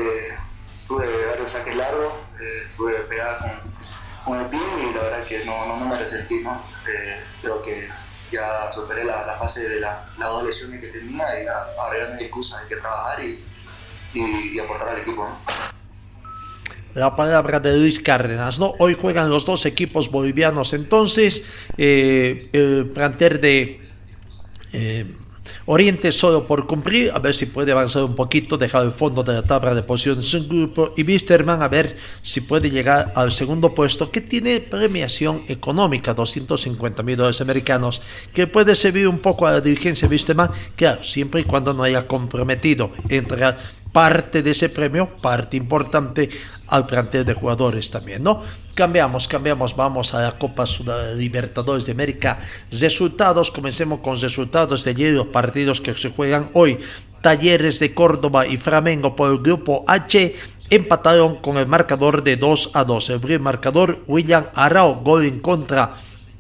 tuve varios saques largos, tuve pegada con el pie y la verdad que no me resentí, ¿no? Creo que ya superé la fase de las 2 lesiones que tenía y ahora ya no hay excusa, hay que trabajar y aportar al equipo, ¿no? La palabra de Luis Cárdenas, ¿no? Hoy juegan los 2 equipos bolivianos, entonces el plantel de Oriente solo por cumplir, a ver si puede avanzar un poquito, dejar el fondo de la tabla de posiciones en grupo, y Wisterman a ver si puede llegar al segundo puesto, que tiene premiación económica, $250,000 americanos, que puede servir un poco a la dirigencia de Wisterman, claro, siempre y cuando no haya comprometido entregar parte de ese premio, parte importante al plantel de jugadores también, ¿no? Cambiamos, vamos a la Copa Libertadores de América. Resultados, comencemos con resultados de ayer, los partidos que se juegan hoy. Talleres de Córdoba y Flamengo por el grupo H empataron con el marcador de 2-2. El primer marcador, William Arao, gol en contra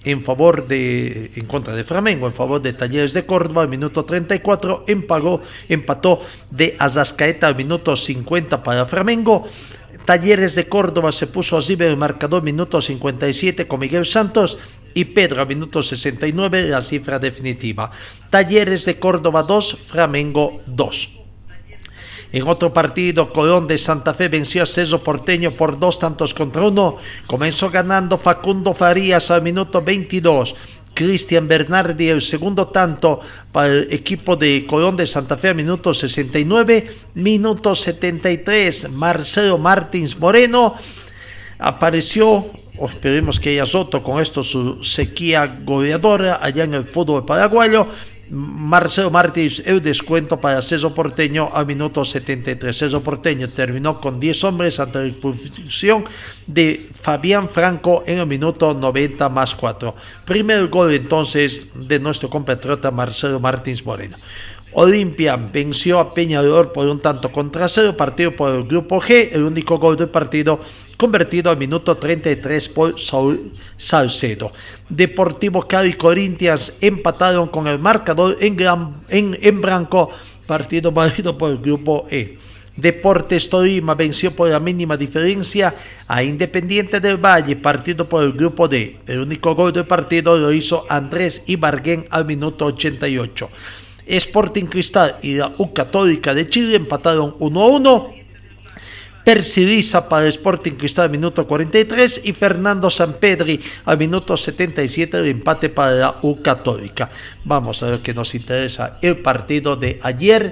de Flamengo, en favor de Talleres de Córdoba, al minuto 34, empató de Azascaeta al minuto 50 para Flamengo. Talleres de Córdoba se puso así en el marcador minuto 57 con Miguel Santos y Pedro al minuto 69, la cifra definitiva. Talleres de Córdoba 2, Flamengo 2. En otro partido, Colón de Santa Fe venció a Cerro Porteño por 2-1. Comenzó ganando Facundo Farías al minuto 22. Cristian Bernardi el segundo tanto para el equipo de Colón de Santa Fe a minuto 69, minuto 73, Marcelo Martins Moreno apareció, esperemos que haya roto con esto su sequía goleadora allá en el fútbol paraguayo. Marcelo Martins, el descuento para Cerro Porteño al minuto 73. Cerro Porteño terminó con 10 hombres ante la expulsión de Fabián Franco en el minuto 90 más 4. Primer gol entonces de nuestro compatriota Marcelo Martins Moreno. Olimpia venció a Peñarol por 1-0, partido por el grupo G, el único gol del partido convertido al minuto 33 por Saúl Salcedo. Deportivo Cali y Corinthians empataron con el marcador en blanco, partido válido por el grupo E. Deportes Tolima venció por la mínima diferencia a Independiente del Valle, partido por el grupo D. El único gol del partido lo hizo Andrés Ibargüen al minuto 88. Sporting Cristal y la U Católica de Chile empataron 1-1. Percibiza para el Sporting Cristal al minuto 43 y Fernando Sampedri al minuto 77, el empate para la U Católica. Vamos a ver qué nos interesa el partido de ayer.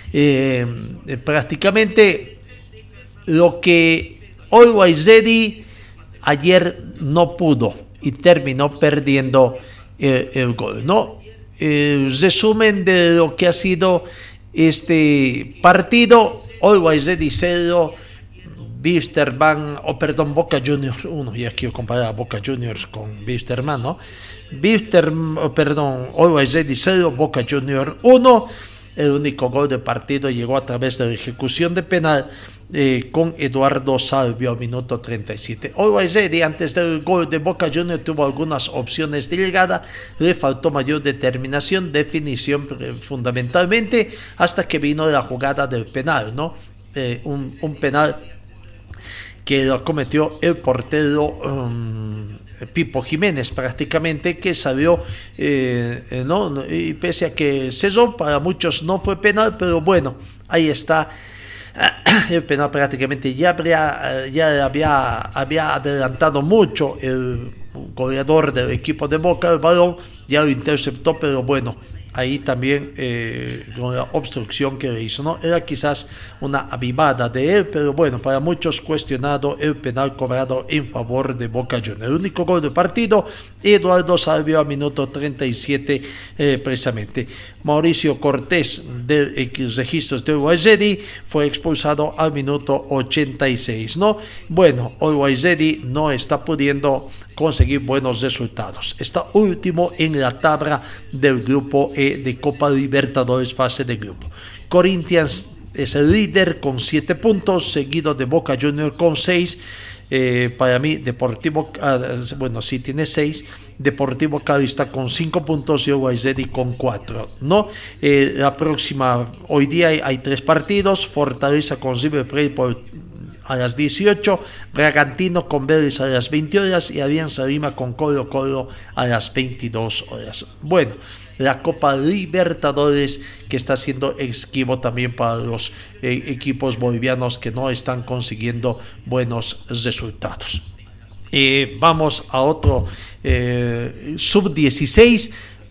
Prácticamente lo que Always Ready ayer no pudo y terminó perdiendo el gol, ¿no? Resumen de lo que ha sido este partido: Always Ready 0, Boca Juniors 1, y aquí quiero comparar a Boca Juniors con Wisterman, ¿no? Always Ready 0, Boca Juniors 1. El único gol del partido llegó a través de la ejecución de penal con Eduardo Salvio al minuto 37. Always Ready, antes del gol de Boca Juniors, tuvo algunas opciones de llegada, le faltó mayor determinación, definición fundamentalmente, hasta que vino la jugada del penal, ¿no? Un penal que lo cometió el portero Pipo Jiménez, prácticamente, que salió, ¿no? Y pese a que cesó, para muchos no fue penal, pero bueno, ahí está. El penal prácticamente ya había adelantado mucho el goleador del equipo de Boca, el balón ya lo interceptó, pero bueno, ahí también con la obstrucción que le hizo, ¿no? Era quizás una avivada de él, pero bueno, para muchos cuestionado el penal cobrado en favor de Boca Juniors. El único gol del partido, Eduardo Salvio a minuto 37 precisamente. Mauricio Cortés de registros de Always Ready fue expulsado al minuto 86, ¿no? Bueno, Always Ready no está pudiendo conseguir buenos resultados. Está último en la tabla del grupo E de Copa Libertadores fase de grupo. Corinthians es el líder con 7 puntos, seguido de Boca Juniors con 6. Para mí, Deportivo, bueno, sí tiene 6. Deportivo Cali está con 5 puntos y Always Ready con 4, ¿no? La próxima, hoy día hay 3 partidos: Fortaleza con River Plate a las 18, Bragantino con Vélez a las 20 horas y Alianza Lima con Colo Colo a las 22 horas. Bueno, la Copa Libertadores, que está siendo esquivo también para los equipos bolivianos que no están consiguiendo buenos resultados. Vamos a otro sub-16.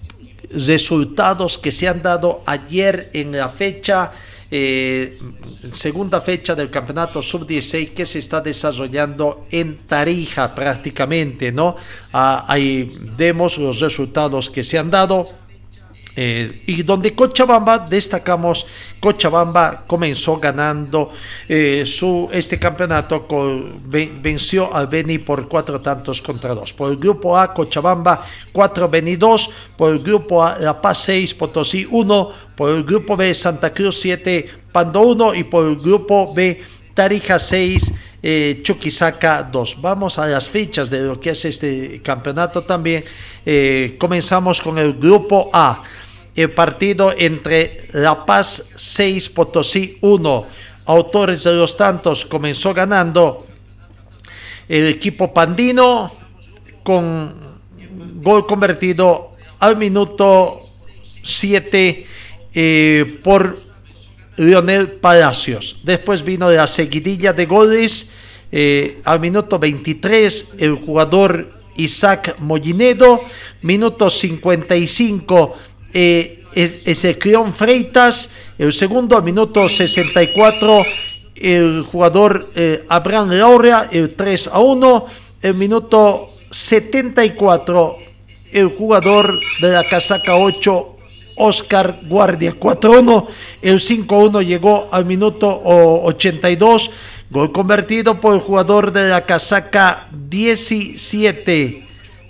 resultados que se han dado ayer en la fecha, segunda fecha del campeonato sub-16 que se está desarrollando en Tarija prácticamente, ¿no? Ahí vemos los resultados que se han dado. Y donde Cochabamba, destacamos, Cochabamba comenzó ganando este campeonato, venció al Beni por 4-2. Por el grupo A, Cochabamba 4, Beni 2, por el grupo A, La Paz 6, Potosí 1, por el grupo B, Santa Cruz 7, Pando 1 y por el grupo B, Tarija 6, Chuquisaca 2. Vamos a las fichas de lo que es este campeonato también. Comenzamos con el grupo A. El partido entre La Paz 6, Potosí 1. Autores de los tantos, comenzó ganando el equipo pandino con gol convertido al minuto 7 por Leonel Palacios. Después vino la seguidilla de goles. Al minuto 23 el jugador Isaac Mollinedo. Minuto 55 Ezequiel Freitas. El segundo, al minuto 64 el jugador Abraham Laura, el 3-1. El minuto 74 el jugador de la casaca 8 Oscar Guardia, 4-1. El 5-1 llegó al minuto 82. Gol convertido por el jugador de la casaca 17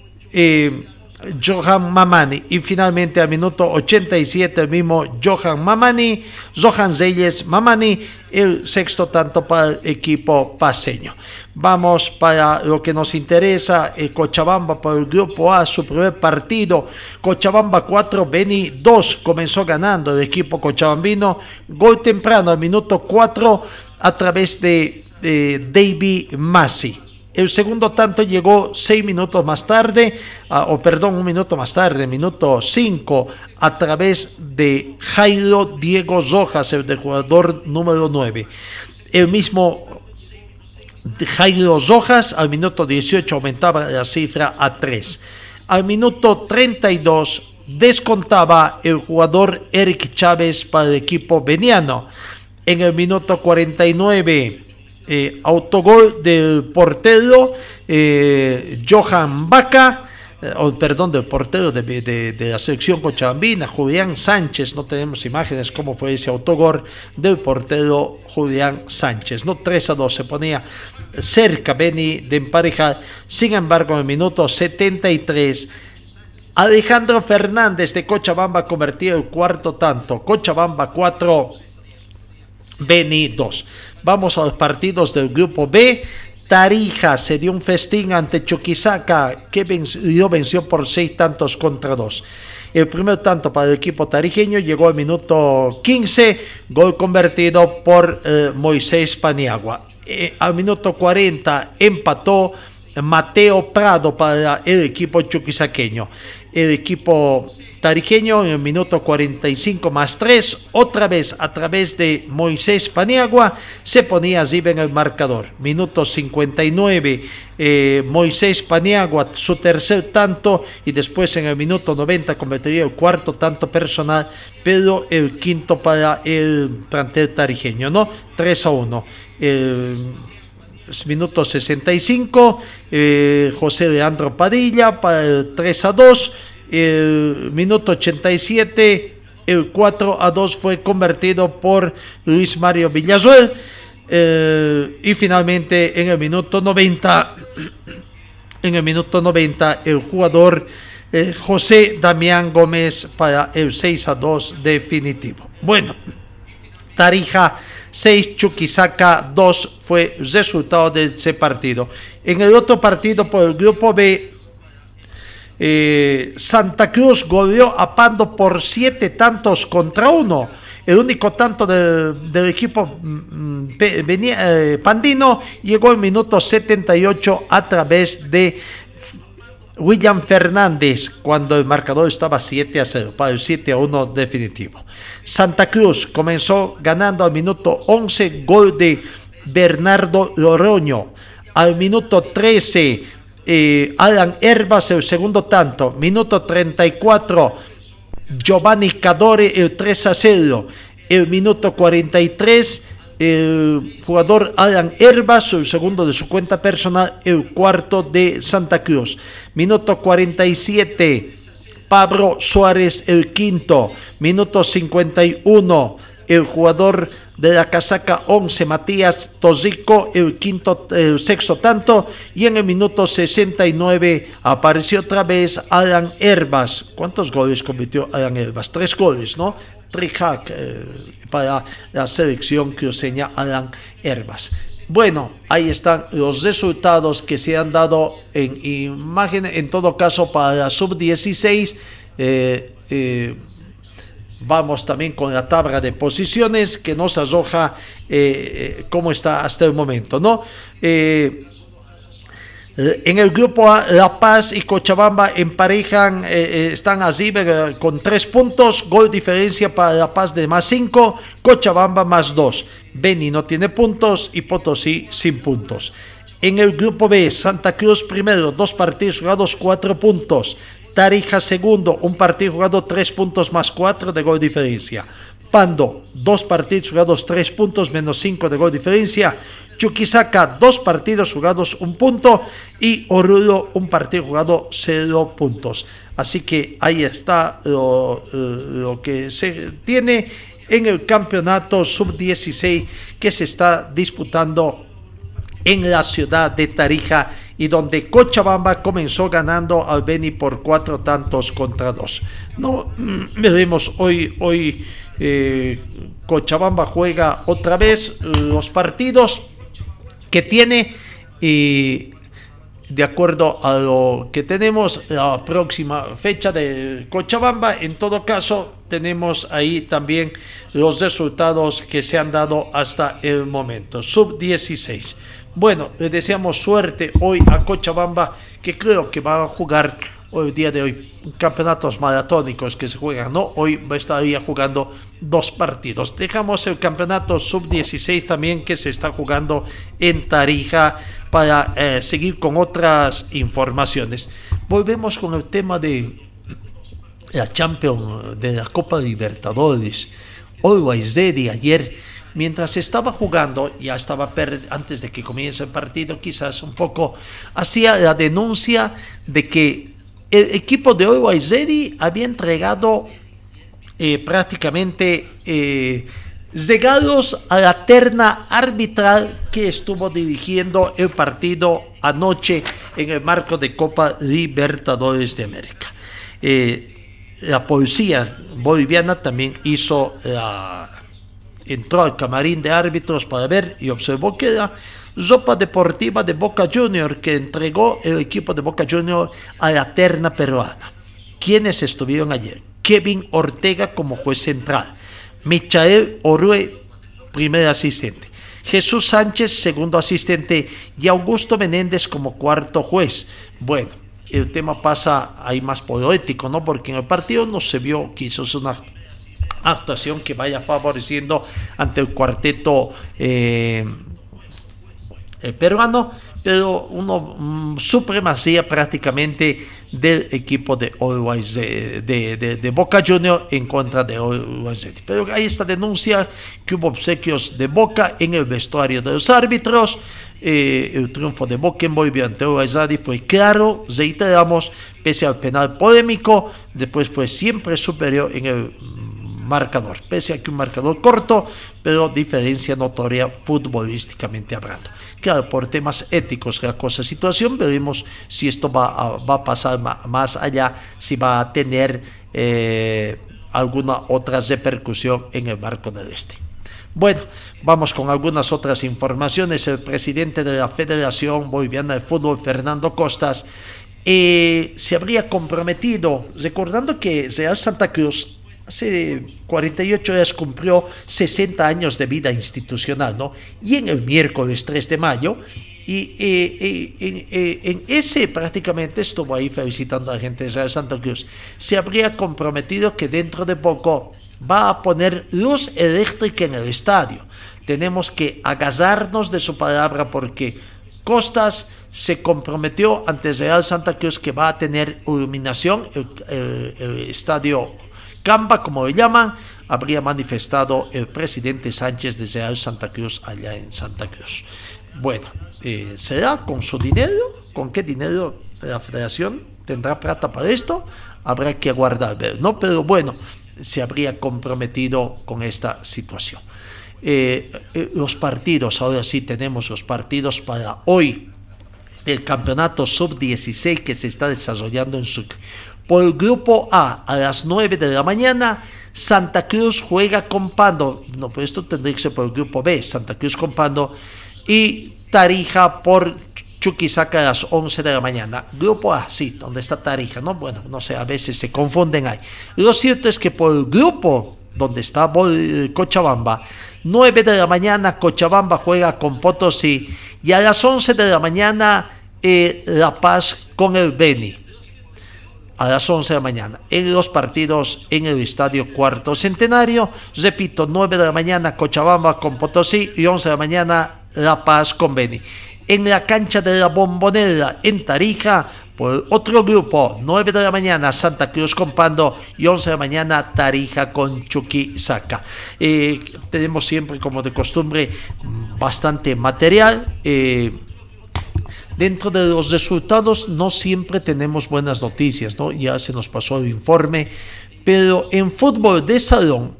Johan Mamani. Y finalmente al minuto 87 el mismo Johan Reyes Mamani, el sexto tanto para el equipo paceño. Vamos para lo que nos interesa, Cochabamba por el grupo A, su primer partido. Cochabamba 4, Beni 2, comenzó ganando el equipo cochabambino. Gol temprano al minuto 4 a través de David Masi. El segundo tanto llegó 6 minutos más tarde, un minuto más tarde, minuto 5, a través de Jairo Diego Rojas, el del jugador número 9. El mismo Jairo Rojas al minuto 18 aumentaba la cifra a 3. Al minuto 32 descontaba el jugador Eric Chávez para el equipo veniano. En el minuto 49 autogol del portero Johan Vaca, del portero de la selección cochabambina, Julián Sánchez. No tenemos imágenes cómo fue ese autogol del portero Julián Sánchez, ¿no? 3-2, se ponía cerca Beni de emparejar. Sin embargo, en el minuto 73 Alejandro Fernández de Cochabamba convertió el cuarto tanto. Cochabamba 4, Beni 2. Vamos a los partidos del grupo B. Tarija se dio un festín ante Chuquisaca, que venció por 6-2. El primer tanto para el equipo tarijeño llegó al minuto 15, gol convertido por Moisés Paniagua. Al minuto 40 empató Mateo Prado para el equipo chuquisaqueño. El equipo tarijeño en el minuto 45 más 3, otra vez a través de Moisés Paniagua, se ponía así en el marcador. Minuto 59, Moisés Paniagua, su tercer tanto, y después en el minuto 90 convertiría el cuarto tanto personal, pero el quinto para el plantel tarijeño, ¿no? 3-1. Minuto 65, José Leandro Padilla para el 3-2. El minuto 87, el 4-2 fue convertido por Luis Mario Villasuel. Y finalmente en el minuto 90, el jugador José Damián Gómez para el 6-2 definitivo. Bueno, Tarija 6, Chuquisaca 2 fue el resultado de ese partido. En el otro partido por el grupo B, Santa Cruz goleó a Pando por 7-1. El único tanto del equipo pandino llegó en minuto 78 a través de William Fernández, cuando el marcador estaba 7-0 para el 7-1 definitivo. Santa Cruz comenzó ganando al minuto 11, gol de Bernardo Loroño. Al minuto 13, Alan Herbas, el segundo tanto. Minuto 34, Giovanni Cadore el 3-0. El minuto 43, el jugador Alan Herbas, el segundo de su cuenta personal, el cuarto de Santa Cruz. Minuto 47, Pablo Suárez el quinto. Minuto 51, el jugador de la casaca 11, Matías Tosico, el sexto tanto. Y en el minuto 69 apareció otra vez Alan Herbas. ¿Cuántos goles convirtió Alan Herbas? 3 goles, ¿no? Trihack para la selección cruceña Alan Herbas. Bueno, ahí están los resultados que se han dado en imagen. En todo caso, para la sub-16, vamos también con la tabla de posiciones que nos arroja cómo está hasta el momento, ¿no? En el grupo A, La Paz y Cochabamba emparejan, están allí con 3 puntos, gol diferencia para La Paz de +5, Cochabamba +2, Beni no tiene puntos y Potosí sin puntos. En el grupo B, Santa Cruz primero, 2 partidos jugados, 4 puntos, Tarija segundo, 1 partido jugado, 3 puntos +4 de gol diferencia, Pando, 2 partidos jugados, 3 puntos -5 de gol diferencia, Chuquisaca, 2 partidos jugados, 1 punto, y Oruro, 1 partido jugado, 0 puntos. Así que ahí está lo que se tiene en el campeonato sub-16 que se está disputando en la ciudad de Tarija, y donde Cochabamba comenzó ganando al Beni por 4-2. No veremos hoy Cochabamba juega otra vez los partidos que tiene, y de acuerdo a lo que tenemos, la próxima fecha de Cochabamba, en todo caso tenemos ahí también los resultados que se han dado hasta el momento. Sub-16. Bueno, le deseamos suerte hoy a Cochabamba, que creo que va a jugar hoy, día de hoy, campeonatos maratónicos que se juegan, ¿no? Hoy estaría jugando 2 partidos. Dejamos el campeonato sub-16 también que se está jugando en Tarija para seguir con otras informaciones. Volvemos con el tema de la Champions, de la Copa Libertadores. Always Ready ayer, mientras estaba jugando, ya estaba antes de que comience el partido, quizás un poco hacía la denuncia de que el equipo de Always Ready había entregado prácticamente regalos a la terna arbitral que estuvo dirigiendo el partido anoche en el marco de Copa Libertadores de América. La policía boliviana también entró al camarín de árbitros para ver y observó que era ropa deportiva de Boca Junior que entregó el equipo de Boca Junior a la terna peruana. ¿Quiénes estuvieron ayer? Kevin Ortega como juez central, Michael Orue, primer asistente, Jesús Sánchez, segundo asistente, y Augusto Menéndez como cuarto juez. Bueno, el tema pasa ahí más poético, ¿no? Porque en el partido no se vio quizás una actuación que vaya favoreciendo ante el cuarteto peruano, pero una supremacía prácticamente del equipo de Always de Boca Junior en contra de Always. Pero hay esta denuncia que hubo obsequios de Boca en el vestuario de los árbitros. El triunfo de Boca en Bolivia ante Always fue claro, reiteramos, pese al penal polémico, después fue siempre superior en el marcador, pese a que un marcador corto, pero diferencia notoria futbolísticamente hablando. Claro, por temas éticos la situación, veremos si esto va a pasar más allá, si va a tener alguna otra repercusión en el marco del este. Bueno, vamos con algunas otras informaciones. El presidente de la Federación Boliviana de Fútbol, Fernando Costas, se habría comprometido, recordando que Real Santa Cruz hace 48 días cumplió 60 años de vida institucional, ¿no? Y en el miércoles 3 de mayo, en ese prácticamente estuvo ahí felicitando a la gente de Real Santa Cruz, se habría comprometido que dentro de poco va a poner luz eléctrica en el estadio. Tenemos que agarrarnos de su palabra porque Costas se comprometió ante Real Santa Cruz que va a tener iluminación, el estadio Camba, como le llaman, habría manifestado el presidente Sánchez de Real Santa Cruz allá en Santa Cruz. Bueno, ¿será con su dinero? ¿Con qué dinero la federación tendrá plata para esto? Habrá que aguardar, ver, ¿no? Pero bueno, se habría comprometido con esta situación. Los partidos, ahora sí tenemos los partidos para hoy. El campeonato sub-16 que se está desarrollando en Sucre. Por el grupo A, a las 9 de la mañana, Santa Cruz juega con Pando. No, pero esto tendría que ser por el grupo B, Santa Cruz con Pando. Y Tarija por Chuquisaca a las 11 de la mañana. Grupo A, sí, donde está Tarija, ¿no? Bueno, no sé, a veces se confunden ahí. Lo cierto es que por el grupo donde está Cochabamba, 9 de la mañana Cochabamba juega con Potosí y a las 11 de la mañana La Paz con el Beni. A las 11 de la mañana, en los partidos en el Estadio Cuarto Centenario, repito, 9 de la mañana Cochabamba con Potosí y 11 de la mañana La Paz con Beni. En la cancha de la Bombonera en Tarija, por otro grupo, 9 de la mañana Santa Cruz con Pando y 11 de la mañana Tarija con Chuquisaca. Tenemos siempre, como de costumbre, bastante material. Dentro de los resultados no siempre tenemos buenas noticias, ¿no? Ya se nos pasó el informe, pero en fútbol de salón,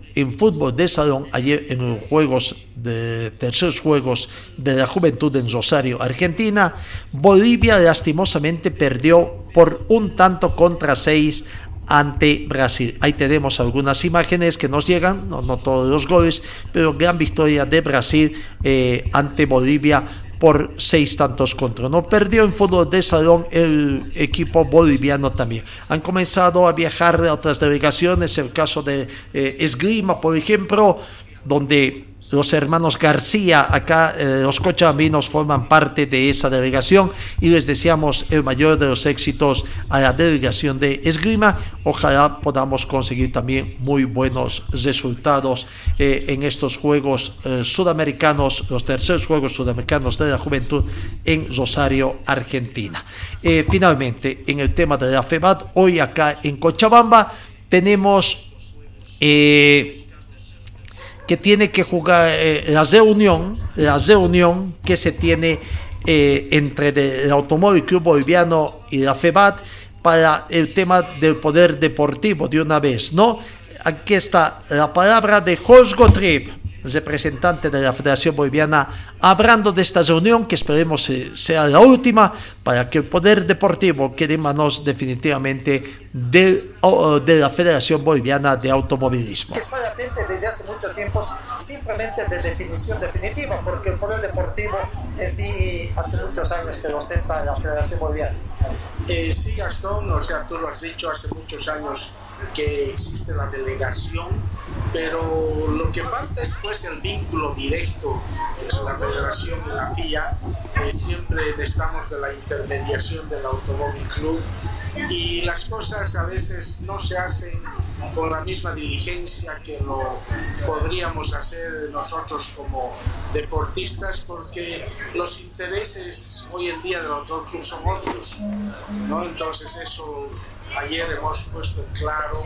ayer en los terceros juegos de la juventud en Rosario, Argentina, Bolivia lastimosamente perdió por 1-6 ante Brasil. Ahí tenemos algunas imágenes que nos llegan, no todos los goles, pero gran victoria de Brasil ante Bolivia por 6-1. No perdió en fútbol de salón el equipo boliviano también. Han comenzado a viajar a otras delegaciones, el caso de esgrima, por ejemplo, donde los hermanos García, acá los cochabambinos forman parte de esa delegación y les deseamos el mayor de los éxitos a la delegación de esgrima. Ojalá podamos conseguir también muy buenos resultados en estos Juegos Sudamericanos, los terceros Juegos Sudamericanos de la Juventud en Rosario, Argentina. Finalmente, en el tema de la FEBAT, hoy acá en Cochabamba tenemos que tiene que jugar la reunión que se tiene entre el Automóvil Club Boliviano y la FEBAT para el tema del poder deportivo de una vez, ¿no? Aquí está la palabra de Jorge Gotrib, representante de la Federación Boliviana, hablando de esta reunión que esperemos sea la última para que el poder deportivo quede en manos definitivamente de la Federación Boliviana de Automovilismo. Que está latente desde hace mucho tiempo, simplemente de definición definitiva, porque el poder deportivo en sí hace muchos años que lo ostenta la Federación Boliviana. Sí, Gastón, o sea, tú lo has dicho, hace muchos años que existe la delegación, pero lo que falta es pues el vínculo directo entre la Federación y la FIA. Siempre necesitamos de la intermediación del Automóvil Club y las cosas a veces no se hacen con la misma diligencia que lo podríamos hacer nosotros como deportistas, porque los intereses hoy en día del Automóvil Club son otros, ¿no? Entonces eso ayer hemos puesto en claro.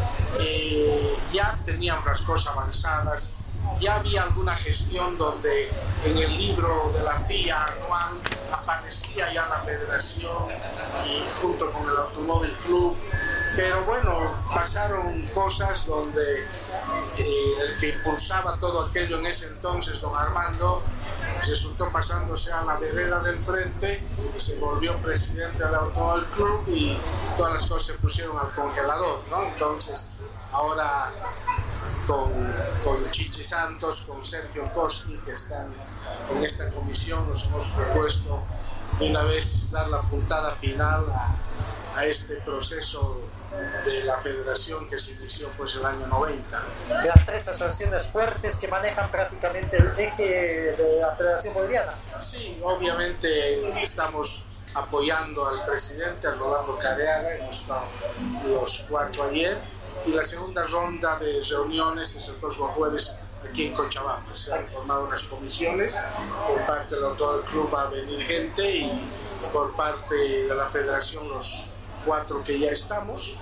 Ya teníamos las cosas avanzadas, ya había alguna gestión donde en el libro de la FIA anual aparecía ya la federación y junto con el Automóvil Club, pero bueno, pasaron cosas donde el que impulsaba todo aquello en ese entonces, don Armando, resultó pasándose a la vereda del frente, se volvió presidente del Automóvil Club y todas las cosas se pusieron al congelador, ¿no? Entonces ahora con Chichi Santos, con Sergio Koski, que están en esta comisión, nos hemos propuesto de una vez dar la puntada final a este proceso de la federación que se inició pues el año 90. Las tres asociaciones fuertes que manejan prácticamente el eje de la Federación Boliviana. Sí, obviamente estamos apoyando al presidente, a Rolando Careaga, hemos estado los cuatro ayer, y la segunda ronda de reuniones es el próximo jueves aquí en Cochabamba. Se han formado unas comisiones, por parte del Automóvil Club va a venir gente y por parte de la federación los cuatro que ya estamos,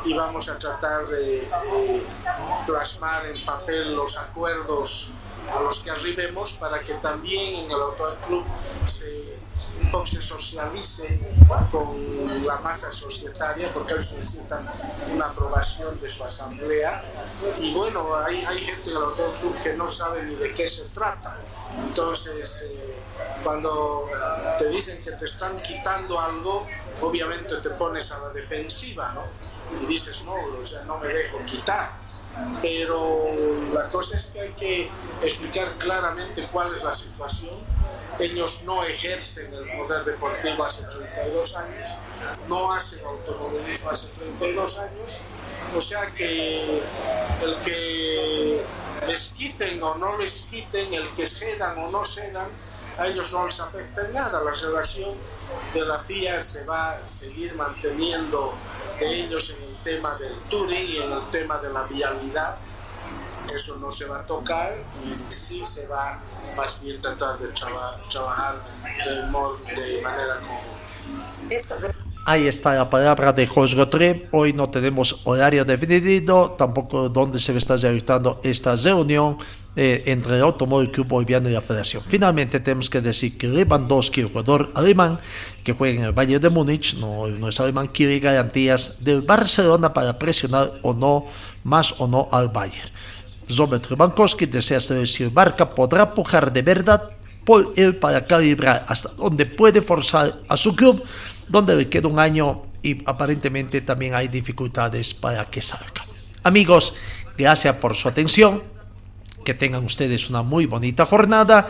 y vamos a tratar de plasmar en papel los acuerdos a los que arribemos para que también en el Autoclub un poco se socialice con la masa societaria, porque ellos necesitan una aprobación de su asamblea. Y bueno, hay gente en el Autoclub que no sabe ni de qué se trata. Entonces, cuando te dicen que te están quitando algo, obviamente te pones a la defensiva, ¿no? Y dices, no, o sea, no me dejo quitar. Pero la cosa es que hay que explicar claramente cuál es la situación. Ellos no ejercen el poder deportivo hace 32 años, no hacen automovilismo hace 32 años, o sea que el que les quiten o no les quiten, el que cedan o no cedan, a ellos no les afecta en nada. La relación de la FIA se va a seguir manteniendo de ellos en el tema del touring y en el tema de la vialidad. Eso no se va a tocar y sí se va más bien tratar de trabajar de manera común. Ahí está la palabra de Jorge Gotré. Hoy no tenemos horario definido, tampoco dónde se está realizando esta reunión entre el Automóvil Club Boliviano y la Federación. Finalmente tenemos que decir que Lewandowski, el jugador alemán que juega en el Bayern de Múnich, no es alemán, quiere garantías del Barcelona para presionar o no, más o no al Bayern. Robert Lewandowski desea saber si el Barca podrá pujar de verdad por él para calibrar hasta donde puede forzar a su club, donde le queda un año y aparentemente también hay dificultades para que salga. Amigos, gracias por su atención, que tengan ustedes una muy bonita jornada.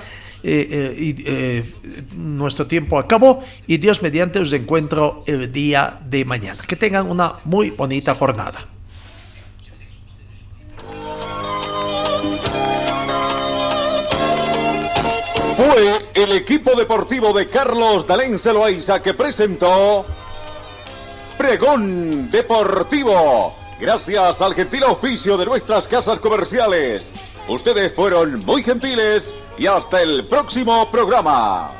Nuestro tiempo acabó y Dios mediante os encuentro el día de mañana. Que tengan una muy bonita jornada. Fue el equipo deportivo de Carlos D'Alens Loaiza que presentó Pregón Deportivo. Gracias al gentil auspicio de nuestras casas comerciales. Ustedes fueron muy gentiles y hasta el próximo programa.